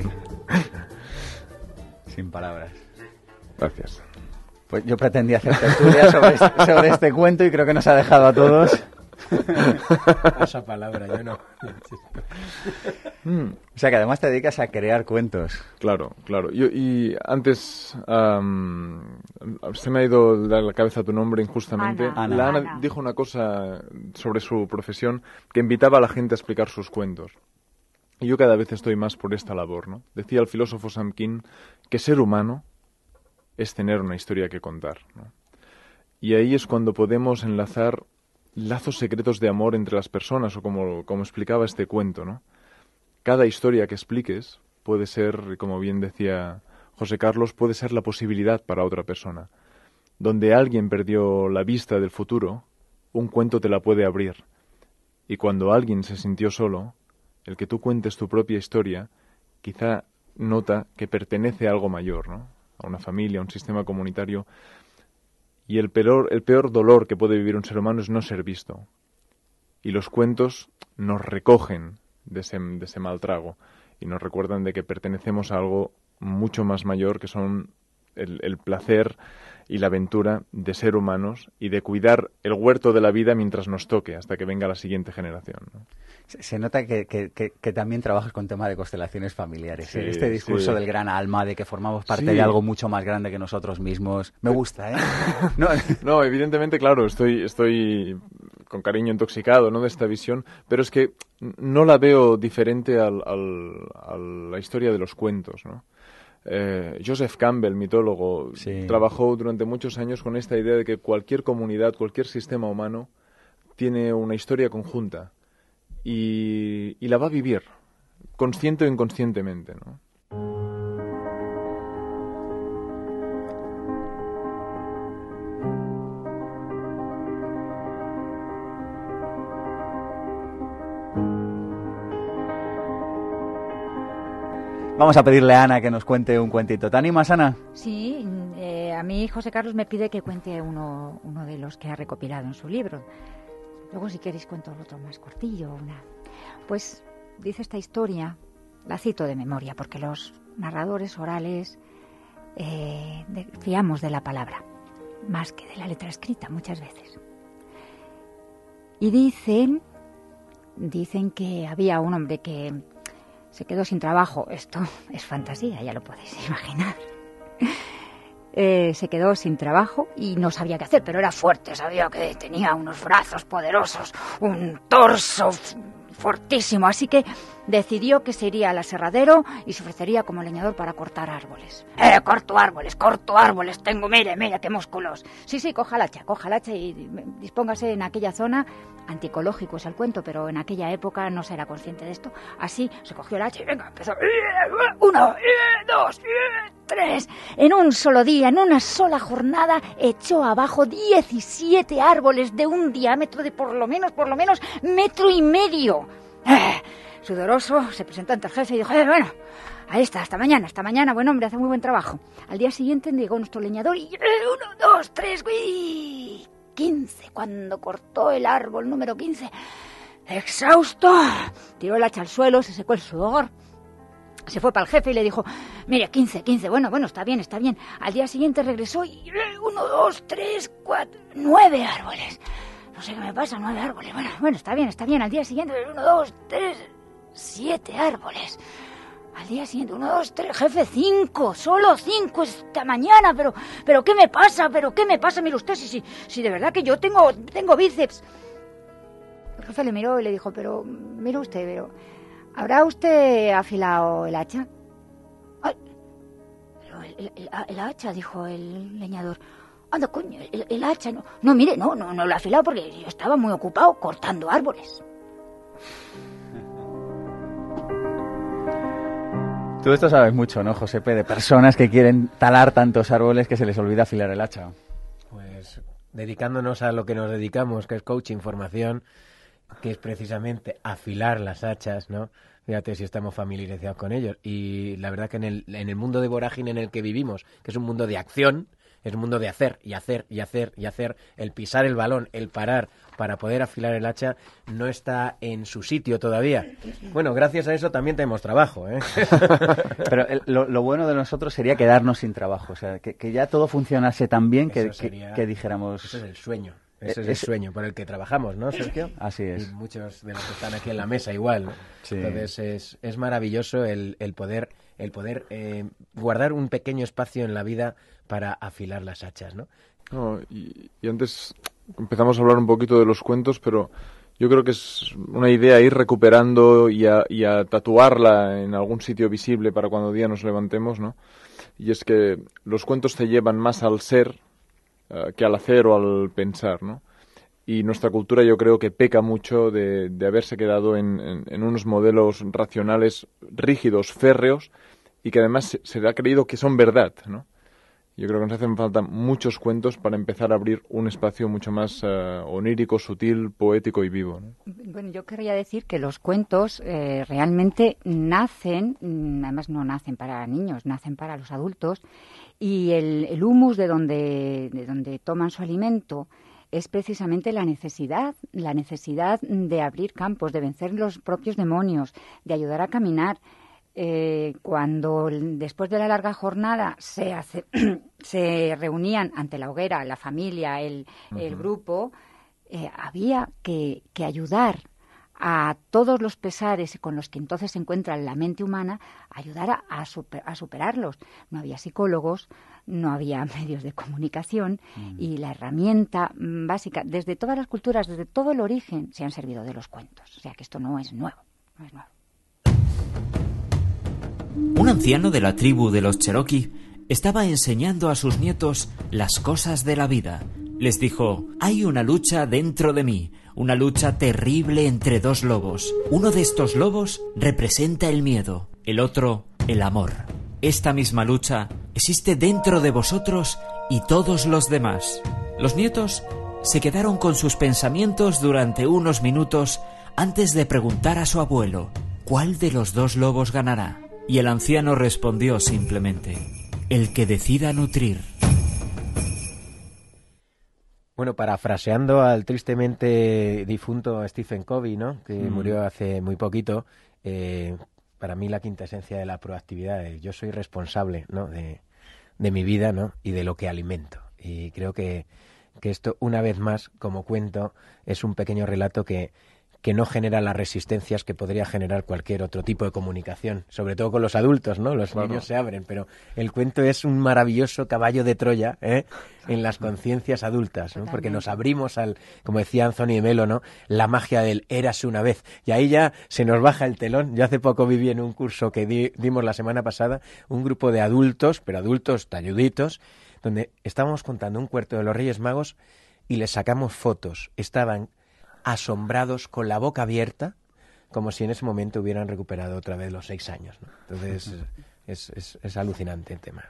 Sin palabras. Gracias. Pues yo pretendía hacer tertulia sobre este, sobre este cuento y creo que nos ha dejado a todos. Esa palabra, yo no. Mm. O sea que además te dedicas a crear cuentos. Claro, claro. Yo, y antes um, se me ha ido de la cabeza tu nombre injustamente. Ana. La Ana, Ana dijo una cosa sobre su profesión que invitaba a la gente a explicar sus cuentos. Y yo cada vez estoy más por esta labor, ¿no? Decía el filósofo Sam King que ser humano es tener una historia que contar, ¿no? Y ahí es cuando podemos enlazar lazos secretos de amor entre las personas, o como, como explicaba este cuento, ¿no? Cada historia que expliques puede ser, como bien decía José Carlos, puede ser la posibilidad para otra persona. Donde alguien perdió la vista del futuro, un cuento te la puede abrir. Y cuando alguien se sintió solo, el que tú cuentes tu propia historia, quizá nota que pertenece a algo mayor, ¿no? A una familia, a un sistema comunitario. Y el peor, el peor dolor que puede vivir un ser humano es no ser visto. Y los cuentos nos recogen de ese, de ese mal trago y nos recuerdan de que pertenecemos a algo mucho más mayor, que son el, el placer y la aventura de ser humanos y de cuidar el huerto de la vida mientras nos toque, hasta que venga la siguiente generación, ¿no? Se, se nota que, que, que, que también trabajas con tema de constelaciones familiares. Sí, ¿eh? Este discurso sí. del gran alma, de que formamos parte Sí. de algo mucho más grande que nosotros mismos. Me gusta, ¿eh? No, no, evidentemente, claro, estoy, estoy con cariño intoxicado, ¿no?, de esta visión, pero es que no la veo diferente al, al, a la historia de los cuentos, ¿no? Eh, Joseph Campbell, mitólogo, Sí. trabajó durante muchos años con esta idea de que cualquier comunidad, cualquier sistema humano tiene una historia conjunta y, y la va a vivir, consciente o inconscientemente, ¿no? Vamos a pedirle a Ana que nos cuente un cuentito. ¿Te animas, Ana? Sí, eh, a mí José Carlos me pide que cuente uno, uno de los que ha recopilado en su libro. Luego, si queréis, cuento el otro más cortillo. Una. Pues dice esta historia, la cito de memoria, porque los narradores orales eh, de, fiamos de la palabra, más que de la letra escrita muchas veces. Y dicen, dicen que había un hombre que se quedó sin trabajo. Esto es fantasía, ya lo podéis imaginar. Eh, se quedó sin trabajo y no sabía qué hacer, pero era fuerte, sabía que tenía unos brazos poderosos, un torso fortísimo, así que decidió que se iría al aserradero y se ofrecería como leñador para cortar árboles. ¡Eh, corto árboles, corto árboles! Tengo, mire, mire, qué músculos. Sí, sí, coja el hacha, coja el hacha y dispóngase en aquella zona. Anticológico es el cuento, pero en aquella época no se era consciente de esto. Así se cogió el hacha y venga, empezó. Uno, dos, tres. En un solo día, en una sola jornada, echó abajo diecisiete árboles de un diámetro de por lo menos, por lo menos, metro y medio. Eh, sudoroso, se presentó ante el jefe y dijo, eh, bueno, ahí está, hasta mañana, hasta mañana, buen hombre, hace muy buen trabajo. Al día siguiente llegó nuestro leñador y eh, uno, dos, tres, uy, quince, cuando cortó el árbol número quince, exhausto, tiró el hacha al suelo, se secó el sudor, se fue para el jefe y le dijo, mire, quince, quince, bueno, bueno, está bien, está bien. Al día siguiente regresó y eh, uno, dos, tres, cuatro, nueve árboles. No sé qué me pasa, nueve árboles. Bueno, bueno, está bien, está bien. Al día siguiente, uno, dos, tres, siete árboles. Al día siguiente, uno, dos, tres, jefe, cinco, solo cinco esta mañana. Pero, pero, ¿qué me pasa? ¿Pero qué me pasa? Mire usted, si, si, si de verdad que yo tengo, tengo bíceps. El jefe le miró y le dijo, pero, mire usted, pero, ¿habrá usted afilado el hacha? Ay, pero el, el, el, el hacha, dijo el leñador. Anda, coño, el, el hacha, no, no, mire, no, no, no lo he afilado porque yo estaba muy ocupado cortando árboles. Tú esto sabes mucho, ¿no, Josepe? De personas que quieren talar tantos árboles que se les olvida afilar el hacha. Pues dedicándonos a lo que nos dedicamos, que es coaching, formación, que es precisamente afilar las hachas, ¿no? Fíjate si estamos familiarizados con ellos. Y la verdad que en el, en el mundo de vorágine en el que vivimos, que es un mundo de acción, es un mundo de hacer y hacer y hacer y hacer, el pisar el balón, el parar para poder afilar el hacha, no está en su sitio todavía. Bueno, gracias a eso también tenemos trabajo, ¿eh? Pero el, lo, lo bueno de nosotros sería quedarnos sin trabajo, o sea, que, que ya todo funcionase tan bien que, sería, que, que dijéramos... Eso es el sueño. Ese es el sueño por el que trabajamos, ¿no, Sergio? Así es. Y muchos de los que están aquí en la mesa igual, ¿no? Sí. Entonces es, es maravilloso el, el poder, el poder eh, guardar un pequeño espacio en la vida para afilar las hachas, ¿no? No, y, y antes empezamos a hablar un poquito de los cuentos, pero yo creo que es una idea ir recuperando y a, y a tatuarla en algún sitio visible para cuando día nos levantemos, ¿no? Y es que los cuentos te llevan más al ser uh, que al hacer o al pensar, ¿no? y nuestra cultura yo creo que peca mucho de, de haberse quedado en, en, en unos modelos racionales rígidos, férreos, y que además se, se ha creído que son verdad, ¿no? Yo creo que nos hacen falta muchos cuentos para empezar a abrir un espacio mucho más uh, onírico, sutil, poético y vivo, ¿no? Bueno, yo querría decir que los cuentos eh, realmente nacen, además no nacen para niños, nacen para los adultos, y el, el humus de donde, de donde toman su alimento es precisamente la necesidad, la necesidad de abrir campos, de vencer los propios demonios, de ayudar a caminar. Eh, cuando después de la larga jornada se, hace, se reunían ante la hoguera la familia, el, uh-huh. el grupo, eh, había que, que ayudar a todos los pesares con los que entonces se encuentra la mente humana, ayudar a, a, super, a superarlos. No había psicólogos, no había medios de comunicación uh-huh. y la herramienta básica, desde todas las culturas, desde todo el origen, se han servido de los cuentos. O sea que esto no es nuevo, no es nuevo. Un anciano de la tribu de los Cherokee estaba enseñando a sus nietos las cosas de la vida. Les dijo: hay una lucha dentro de mí, una lucha terrible entre dos lobos. Uno de estos lobos representa el miedo, el otro el amor. Esta misma lucha existe dentro de vosotros y todos los demás. Los nietos se quedaron con sus pensamientos durante unos minutos antes de preguntar a su abuelo: ¿cuál de los dos lobos ganará? Y el anciano respondió simplemente: el que decida nutrir. Bueno, parafraseando al tristemente difunto Stephen Covey, ¿no?, que mm. murió hace muy poquito, eh, para mí la quinta esencia de la proactividad es: yo soy responsable, ¿no?, de, de mi vida, ¿no?, y de lo que alimento. Y creo que, que esto, una vez más, como cuento, es un pequeño relato que que no genera las resistencias que podría generar cualquier otro tipo de comunicación, sobre todo con los adultos, ¿no? Los claro. niños se abren, pero el cuento es un maravilloso caballo de Troya, ¿eh?, en las conciencias adultas, ¿no? Porque nos abrimos al, como decía Anthony de Melo, ¿no?, la magia del érase una vez, y ahí ya se nos baja el telón. Yo hace poco viví en un curso que di, dimos la semana pasada, un grupo de adultos, pero adultos talluditos, donde estábamos contando un cuento de los Reyes Magos y les sacamos fotos. Estaban asombrados, con la boca abierta, como si en ese momento hubieran recuperado otra vez los seis años, ¿no? Entonces, es, es, es alucinante el tema.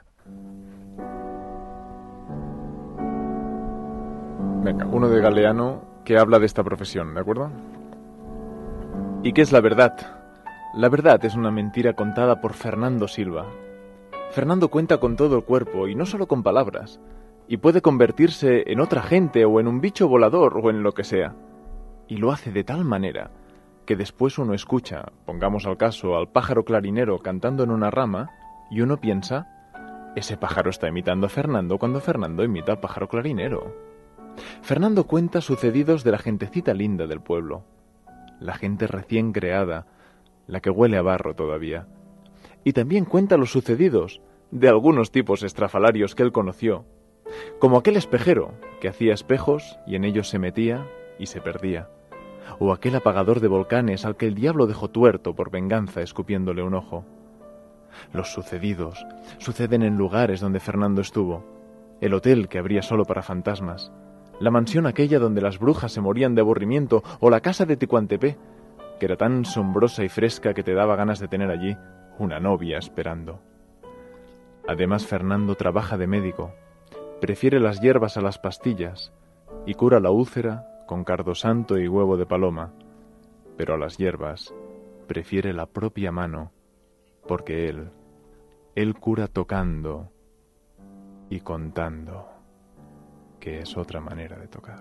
Venga, uno de Galeano que habla de esta profesión, ¿de acuerdo? ¿Y qué es la verdad? La verdad es una mentira contada por Fernando Silva. Fernando cuenta con todo el cuerpo y no solo con palabras, y puede convertirse en otra gente o en un bicho volador o en lo que sea. Y lo hace de tal manera que después uno escucha, pongamos al caso, al pájaro clarinero cantando en una rama, y uno piensa: ese pájaro está imitando a Fernando cuando Fernando imita al pájaro clarinero. Fernando cuenta sucedidos de la gentecita linda del pueblo, la gente recién creada, la que huele a barro todavía. Y también cuenta los sucedidos de algunos tipos estrafalarios que él conoció, como aquel espejero que hacía espejos y en ellos se metía y se perdía, o aquel apagador de volcanes al que el diablo dejó tuerto por venganza escupiéndole un ojo. Los sucedidos suceden en lugares donde Fernando estuvo: el hotel que abría solo para fantasmas, la mansión aquella donde las brujas se morían de aburrimiento, o la casa de Ticuantepé, que era tan sombrosa y fresca que te daba ganas de tener allí una novia esperando. Además, Fernando trabaja de médico, prefiere las hierbas a las pastillas y cura la úlcera con cardo santo y huevo de paloma, pero a las hierbas prefiere la propia mano, porque él, él cura tocando y contando, que es otra manera de tocar.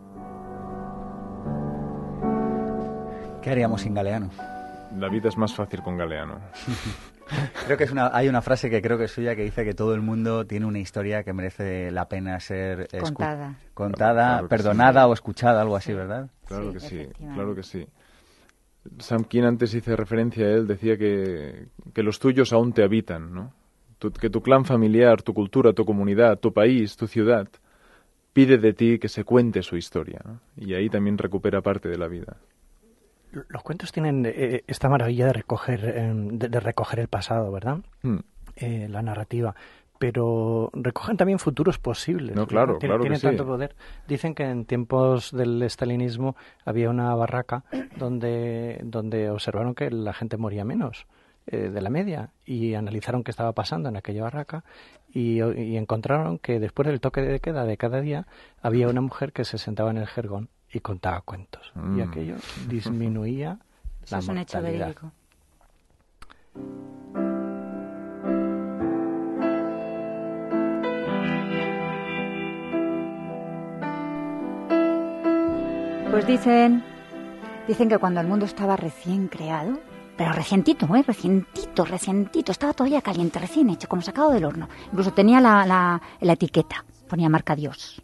¿Qué haríamos sin Galeano? La vida es más fácil con Galeano. Creo que es una, hay una frase que creo que es suya que dice que todo el mundo tiene una historia que merece la pena ser contada, escu- contada claro perdonada sí. o escuchada, algo así, ¿verdad? Claro sí, que sí, claro que sí. Sam Keen, antes hice referencia a él, decía que, que los tuyos aún te habitan, ¿no? Tu, que tu clan familiar, tu cultura, tu comunidad, tu país, tu ciudad, pide de ti que se cuente su historia, ¿no? Y ahí también recupera parte de la vida. Los cuentos tienen eh, esta maravilla de recoger, eh, de, de recoger el pasado, ¿verdad? Mm. Eh, la narrativa. pero recogen también futuros posibles. No, claro, Tienen, claro tienen que tanto sí. poder. Dicen que en tiempos del estalinismo había una barraca donde, donde observaron que la gente moría menos eh, de la media y analizaron qué estaba pasando en aquella barraca y, y encontraron que después del toque de queda de cada día había una mujer que se sentaba en el jergón y contaba cuentos. Mm. Y aquello disminuía Eso la es un hecho mortalidad. verídico. Pues dicen, dicen que cuando el mundo estaba recién creado, pero recientito, ¿eh? Recientito, recientito, estaba todavía caliente, recién hecho, como sacado del horno. Incluso tenía la, la, la etiqueta, ponía marca Dios.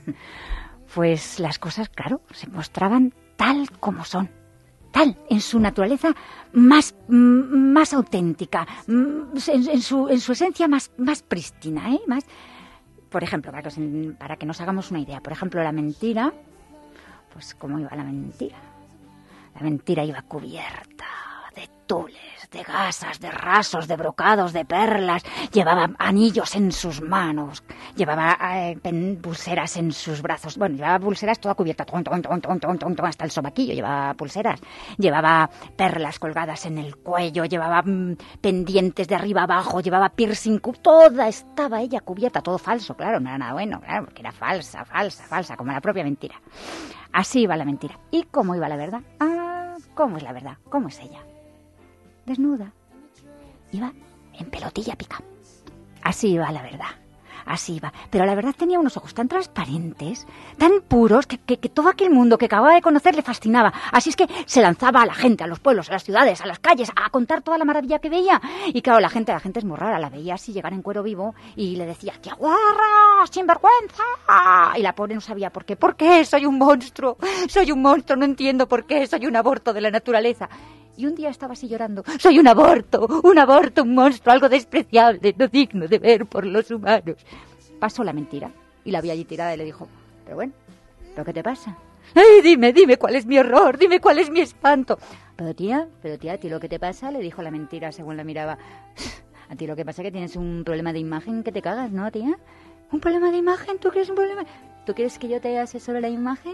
Pues las cosas, claro, se mostraban tal como son. Tal, en su naturaleza más, más auténtica, en, en, su, en su esencia más, más prístina, ¿eh? Más, por ejemplo, para que, os, para que nos hagamos una idea, por ejemplo, la mentira, pues ¿cómo iba la mentira? La mentira iba cubierta de tules, de gasas, de rasos, de brocados, de perlas, llevaba anillos en sus manos, llevaba eh, pulseras en sus brazos, bueno, llevaba pulseras toda cubierta, ton, ton, ton, ton, ton, ton, hasta el sobaquillo llevaba pulseras, llevaba perlas colgadas en el cuello, llevaba mmm, pendientes de arriba abajo, llevaba piercing, toda estaba ella cubierta, todo falso, claro, no era nada bueno, claro, porque era falsa, falsa, falsa, como la propia mentira. Así iba la mentira. ¿Y cómo iba la verdad? Ah, ¿cómo es la verdad? ¿Cómo es ella? Desnuda. Iba en pelotilla pica. Así iba la verdad. Así iba. Pero la verdad tenía unos ojos tan transparentes, tan puros, que, que, que todo aquel mundo que acababa de conocer le fascinaba. Así es que se lanzaba a la gente, a los pueblos, a las ciudades, a las calles, a contar toda la maravilla que veía. Y claro, la gente, la gente es muy rara. La veía así llegar en cuero vivo y le decía, ¡qué guarra! ¡Sinvergüenza! Y la pobre no sabía por qué. ¿Por qué? Soy un monstruo. Soy un monstruo. No entiendo por qué. Soy un aborto de la naturaleza. Y un día estaba así llorando. Soy un aborto, un aborto, un monstruo, algo despreciable, no digno de ver por los humanos. Pasó la mentira y la vi allí tirada y le dijo, pero bueno, ¿pero qué te pasa? ¡Ay, dime, dime cuál es mi horror, dime cuál es mi espanto! Pero tía, pero tía, ¿a ti lo que te pasa? Le dijo la mentira según la miraba. A ti lo que pasa es que tienes un problema de imagen que te cagas, ¿no, tía? ¿Un problema de imagen? ¿Tú crees un problema? ¿Tú quieres que yo te asesore la imagen?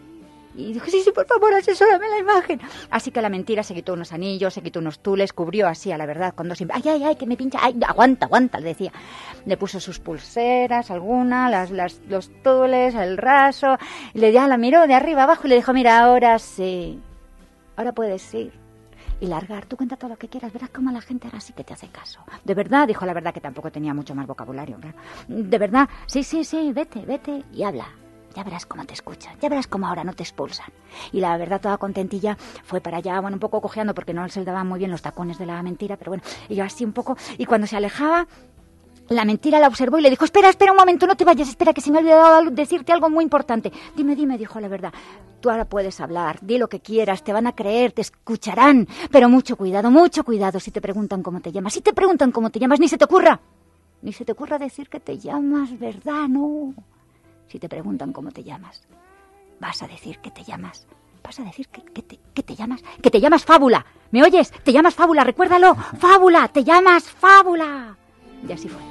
Y dijo, sí, sí, por favor, asesórame la imagen. Así que la mentira se quitó unos anillos, se quitó unos tules, cubrió así a la verdad con dos... Ay, ay, ay, que me pincha, ay, aguanta, aguanta, le decía. Le puso sus pulseras, alguna, las, las, los tules, el raso, y le ya la miró de arriba abajo y le dijo, mira, ahora sí, ahora puedes ir y largar. Tú cuenta todo lo que quieras, verás cómo la gente ahora sí que te hace caso. De verdad, dijo la verdad, que tampoco tenía mucho más vocabulario, claro. De verdad, sí, sí, sí, vete, vete y habla. Ya verás cómo te escuchan, ya verás cómo ahora no te expulsan. Y la verdad, toda contentilla, fue para allá, bueno, un poco cojeando porque no se le daban muy bien los tacones de la mentira, pero bueno, y yo así un poco, y cuando se alejaba, la mentira la observó y le dijo, espera, espera un momento, no te vayas, espera, que se me ha olvidado decirte algo muy importante. Dime, dime, dijo la verdad, tú ahora puedes hablar, di lo que quieras, te van a creer, te escucharán, pero mucho cuidado, mucho cuidado si te preguntan cómo te llamas. Si te preguntan cómo te llamas, ni se te ocurra, ni se te ocurra decir que te llamas, ¿verdad? No. Si te preguntan cómo te llamas, vas a decir que te llamas, vas a decir que, que, te, que te llamas, que te llamas Fábula. ¿Me oyes? Te llamas Fábula, recuérdalo. Fábula, te llamas Fábula. Y así fue.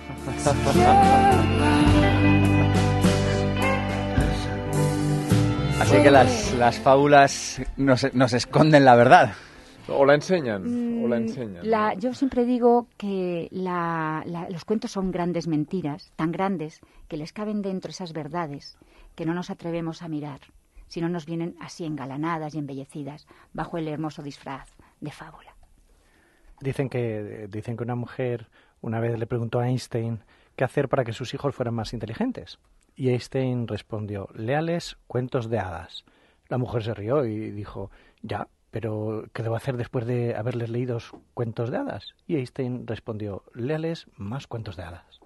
Así que las, las fábulas nos, nos esconden la verdad. O la enseñan, o la enseñan. La, yo siempre digo que la, la, los cuentos son grandes mentiras, tan grandes que les caben dentro esas verdades que no nos atrevemos a mirar, si no nos vienen así engalanadas y embellecidas bajo el hermoso disfraz de fábula. Dicen que, dicen que una mujer una vez le preguntó a Einstein qué hacer para que sus hijos fueran más inteligentes. Y Einstein respondió, léales cuentos de hadas. La mujer se rió y dijo, ya, pero ¿qué debo hacer después de haberles leído cuentos de hadas? Y Einstein respondió, léales más cuentos de hadas.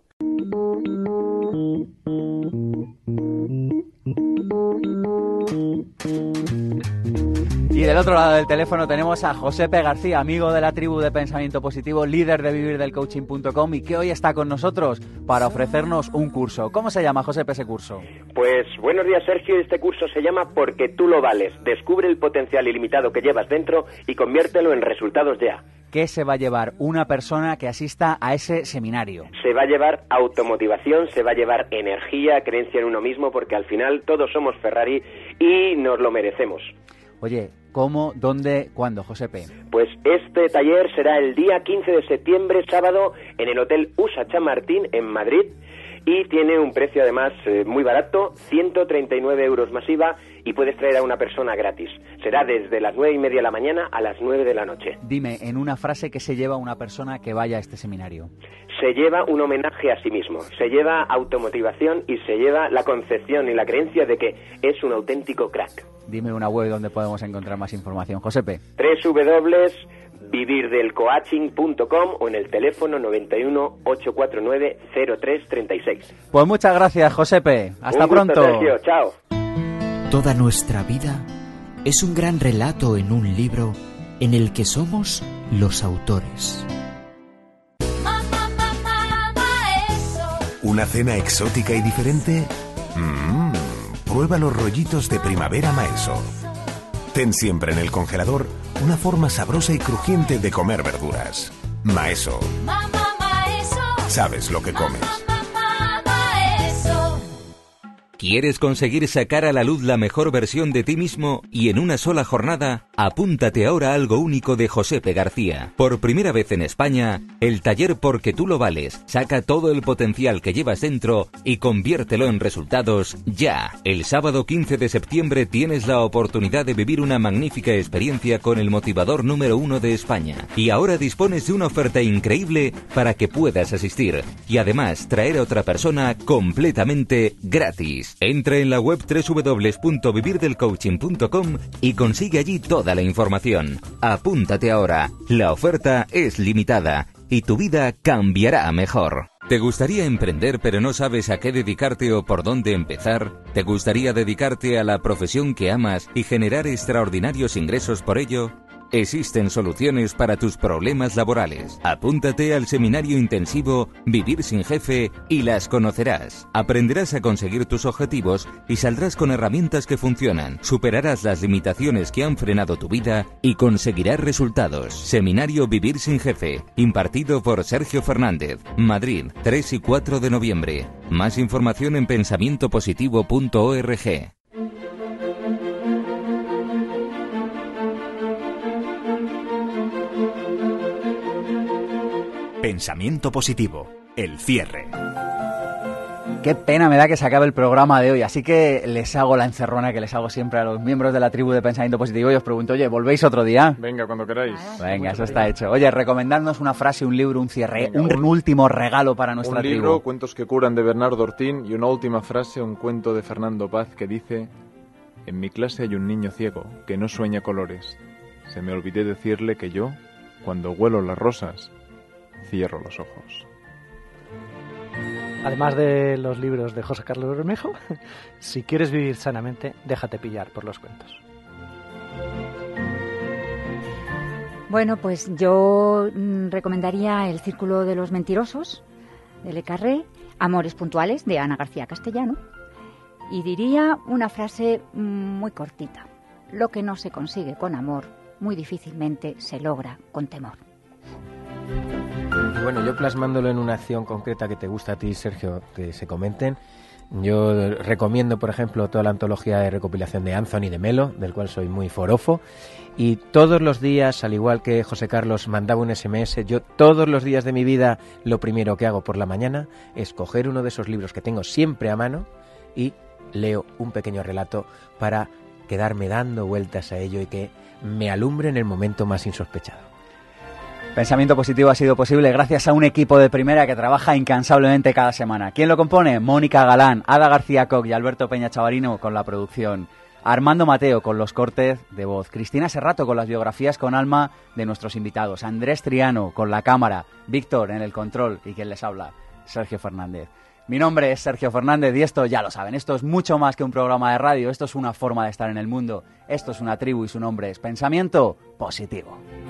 Y Y del otro lado del teléfono tenemos a Josepe García, amigo de la tribu de Pensamiento Positivo, líder de vivir del coaching punto com, y que hoy está con nosotros para ofrecernos un curso. ¿Cómo se llama, Josepe, ese curso? Pues buenos días, Sergio. Este curso se llama Porque tú lo vales. Descubre el potencial ilimitado que llevas dentro y conviértelo en resultados ya. ¿Qué se va a llevar una persona que asista a ese seminario? Se va a llevar automotivación, se va a llevar energía, creencia en uno mismo, porque al final todos somos Ferrari y nos lo merecemos. Oye, ¿cómo, dónde, cuándo, Josepe? Pues este taller será el día quince de septiembre, sábado, en el Hotel U S A Chamartín, en Madrid, y tiene un precio además eh, muy barato, ciento treinta y nueve euros más I V A, y puedes traer a una persona gratis. Será desde las nueve y media de la mañana a las nueve de la noche. Dime, en una frase, ¿qué se lleva una persona que vaya a este seminario? Se lleva un homenaje a sí mismo, se lleva automotivación y se lleva la concepción y la creencia de que es un auténtico crack. Dime una web donde podemos encontrar más información, Josepe. doble u doble u doble u punto vivir del coaching punto com o en el teléfono noventa y uno, ochocientos cuarenta y nueve, cero tres treinta y seis. Pues muchas gracias, Josepe. Hasta un gusto, pronto. Sergio. Chao. Toda nuestra vida es un gran relato en un libro en el que somos los autores. ¿Una cena exótica y diferente? Mmm, prueba los rollitos de primavera Maeso. Ten siempre en el congelador una forma sabrosa y crujiente de comer verduras. Maeso. Sabes lo que comes. ¿Quieres conseguir sacar a la luz la mejor versión de ti mismo y en una sola jornada? Apúntate ahora a algo único de Josepe García. Por primera vez en España, el taller Porque tú lo vales. Saca todo el potencial que llevas dentro y conviértelo en resultados ya. El sábado quince de septiembre tienes la oportunidad de vivir una magnífica experiencia con el motivador número uno de España. Y ahora dispones de una oferta increíble para que puedas asistir. Y además traer a otra persona completamente gratis. Entra en la web doble u doble u doble u punto vivir del coaching punto com y consigue allí toda la información. Apúntate ahora. La oferta es limitada y tu vida cambiará a mejor. ¿Te gustaría emprender pero no sabes a qué dedicarte o por dónde empezar? ¿Te gustaría dedicarte a la profesión que amas y generar extraordinarios ingresos por ello? Existen soluciones para tus problemas laborales. Apúntate al seminario intensivo Vivir sin Jefe y las conocerás. Aprenderás a conseguir tus objetivos y saldrás con herramientas que funcionan. Superarás las limitaciones que han frenado tu vida y conseguirás resultados. Seminario Vivir sin Jefe, impartido por Sergio Fernández. Madrid, tres y cuatro de noviembre. Más información en pensamiento positivo punto org. Pensamiento positivo, el cierre. Qué pena me da que se acabe el programa de hoy, así que les hago la encerrona que les hago siempre a los miembros de la tribu de Pensamiento Positivo y os pregunto, oye, ¿volvéis otro día? Venga, cuando queráis. Venga, eso está hecho. Oye, recomendadnos una frase, un libro, un cierre, Venga, un, un último regalo para nuestra tribu. Un libro, tribu. Cuentos que curan, de Bernardo Ortín, y una última frase, un cuento de Fernando Paz que dice: en mi clase hay un niño ciego que no sueña colores. Se me olvidé decirle que yo, cuando huelo las rosas, cierro los ojos. Además de los libros de José Carlos Bermejo, si quieres vivir sanamente, déjate pillar por los cuentos. Bueno, pues yo mm, recomendaría El Círculo de los Mentirosos, de Le Carré, Amores Puntuales, de Ana García Castellano, y diría una frase muy cortita: lo que no se consigue con amor, muy difícilmente se logra con temor. Bueno, yo plasmándolo en una acción concreta que te gusta a ti, Sergio, que se comenten, yo recomiendo, por ejemplo, toda la antología de recopilación de Anthony de Melo, del cual soy muy forofo, y todos los días, al igual que José Carlos mandaba un ese eme ese, yo todos los días de mi vida lo primero que hago por la mañana es coger uno de esos libros que tengo siempre a mano y leo un pequeño relato para quedarme dando vueltas a ello y que me alumbre en el momento más insospechado. Pensamiento Positivo ha sido posible gracias a un equipo de primera que trabaja incansablemente cada semana. ¿Quién lo compone? Mónica Galán, Ada García Coc y Alberto Peña Chavarino con la producción. Armando Mateo con los cortes de voz. Cristina Serrato con las biografías con alma de nuestros invitados. Andrés Triano con la cámara. Víctor en el control y quien les habla, Sergio Fernández. Mi nombre es Sergio Fernández y esto ya lo saben, esto es mucho más que un programa de radio, esto es una forma de estar en el mundo, esto es una tribu y su nombre es Pensamiento Positivo.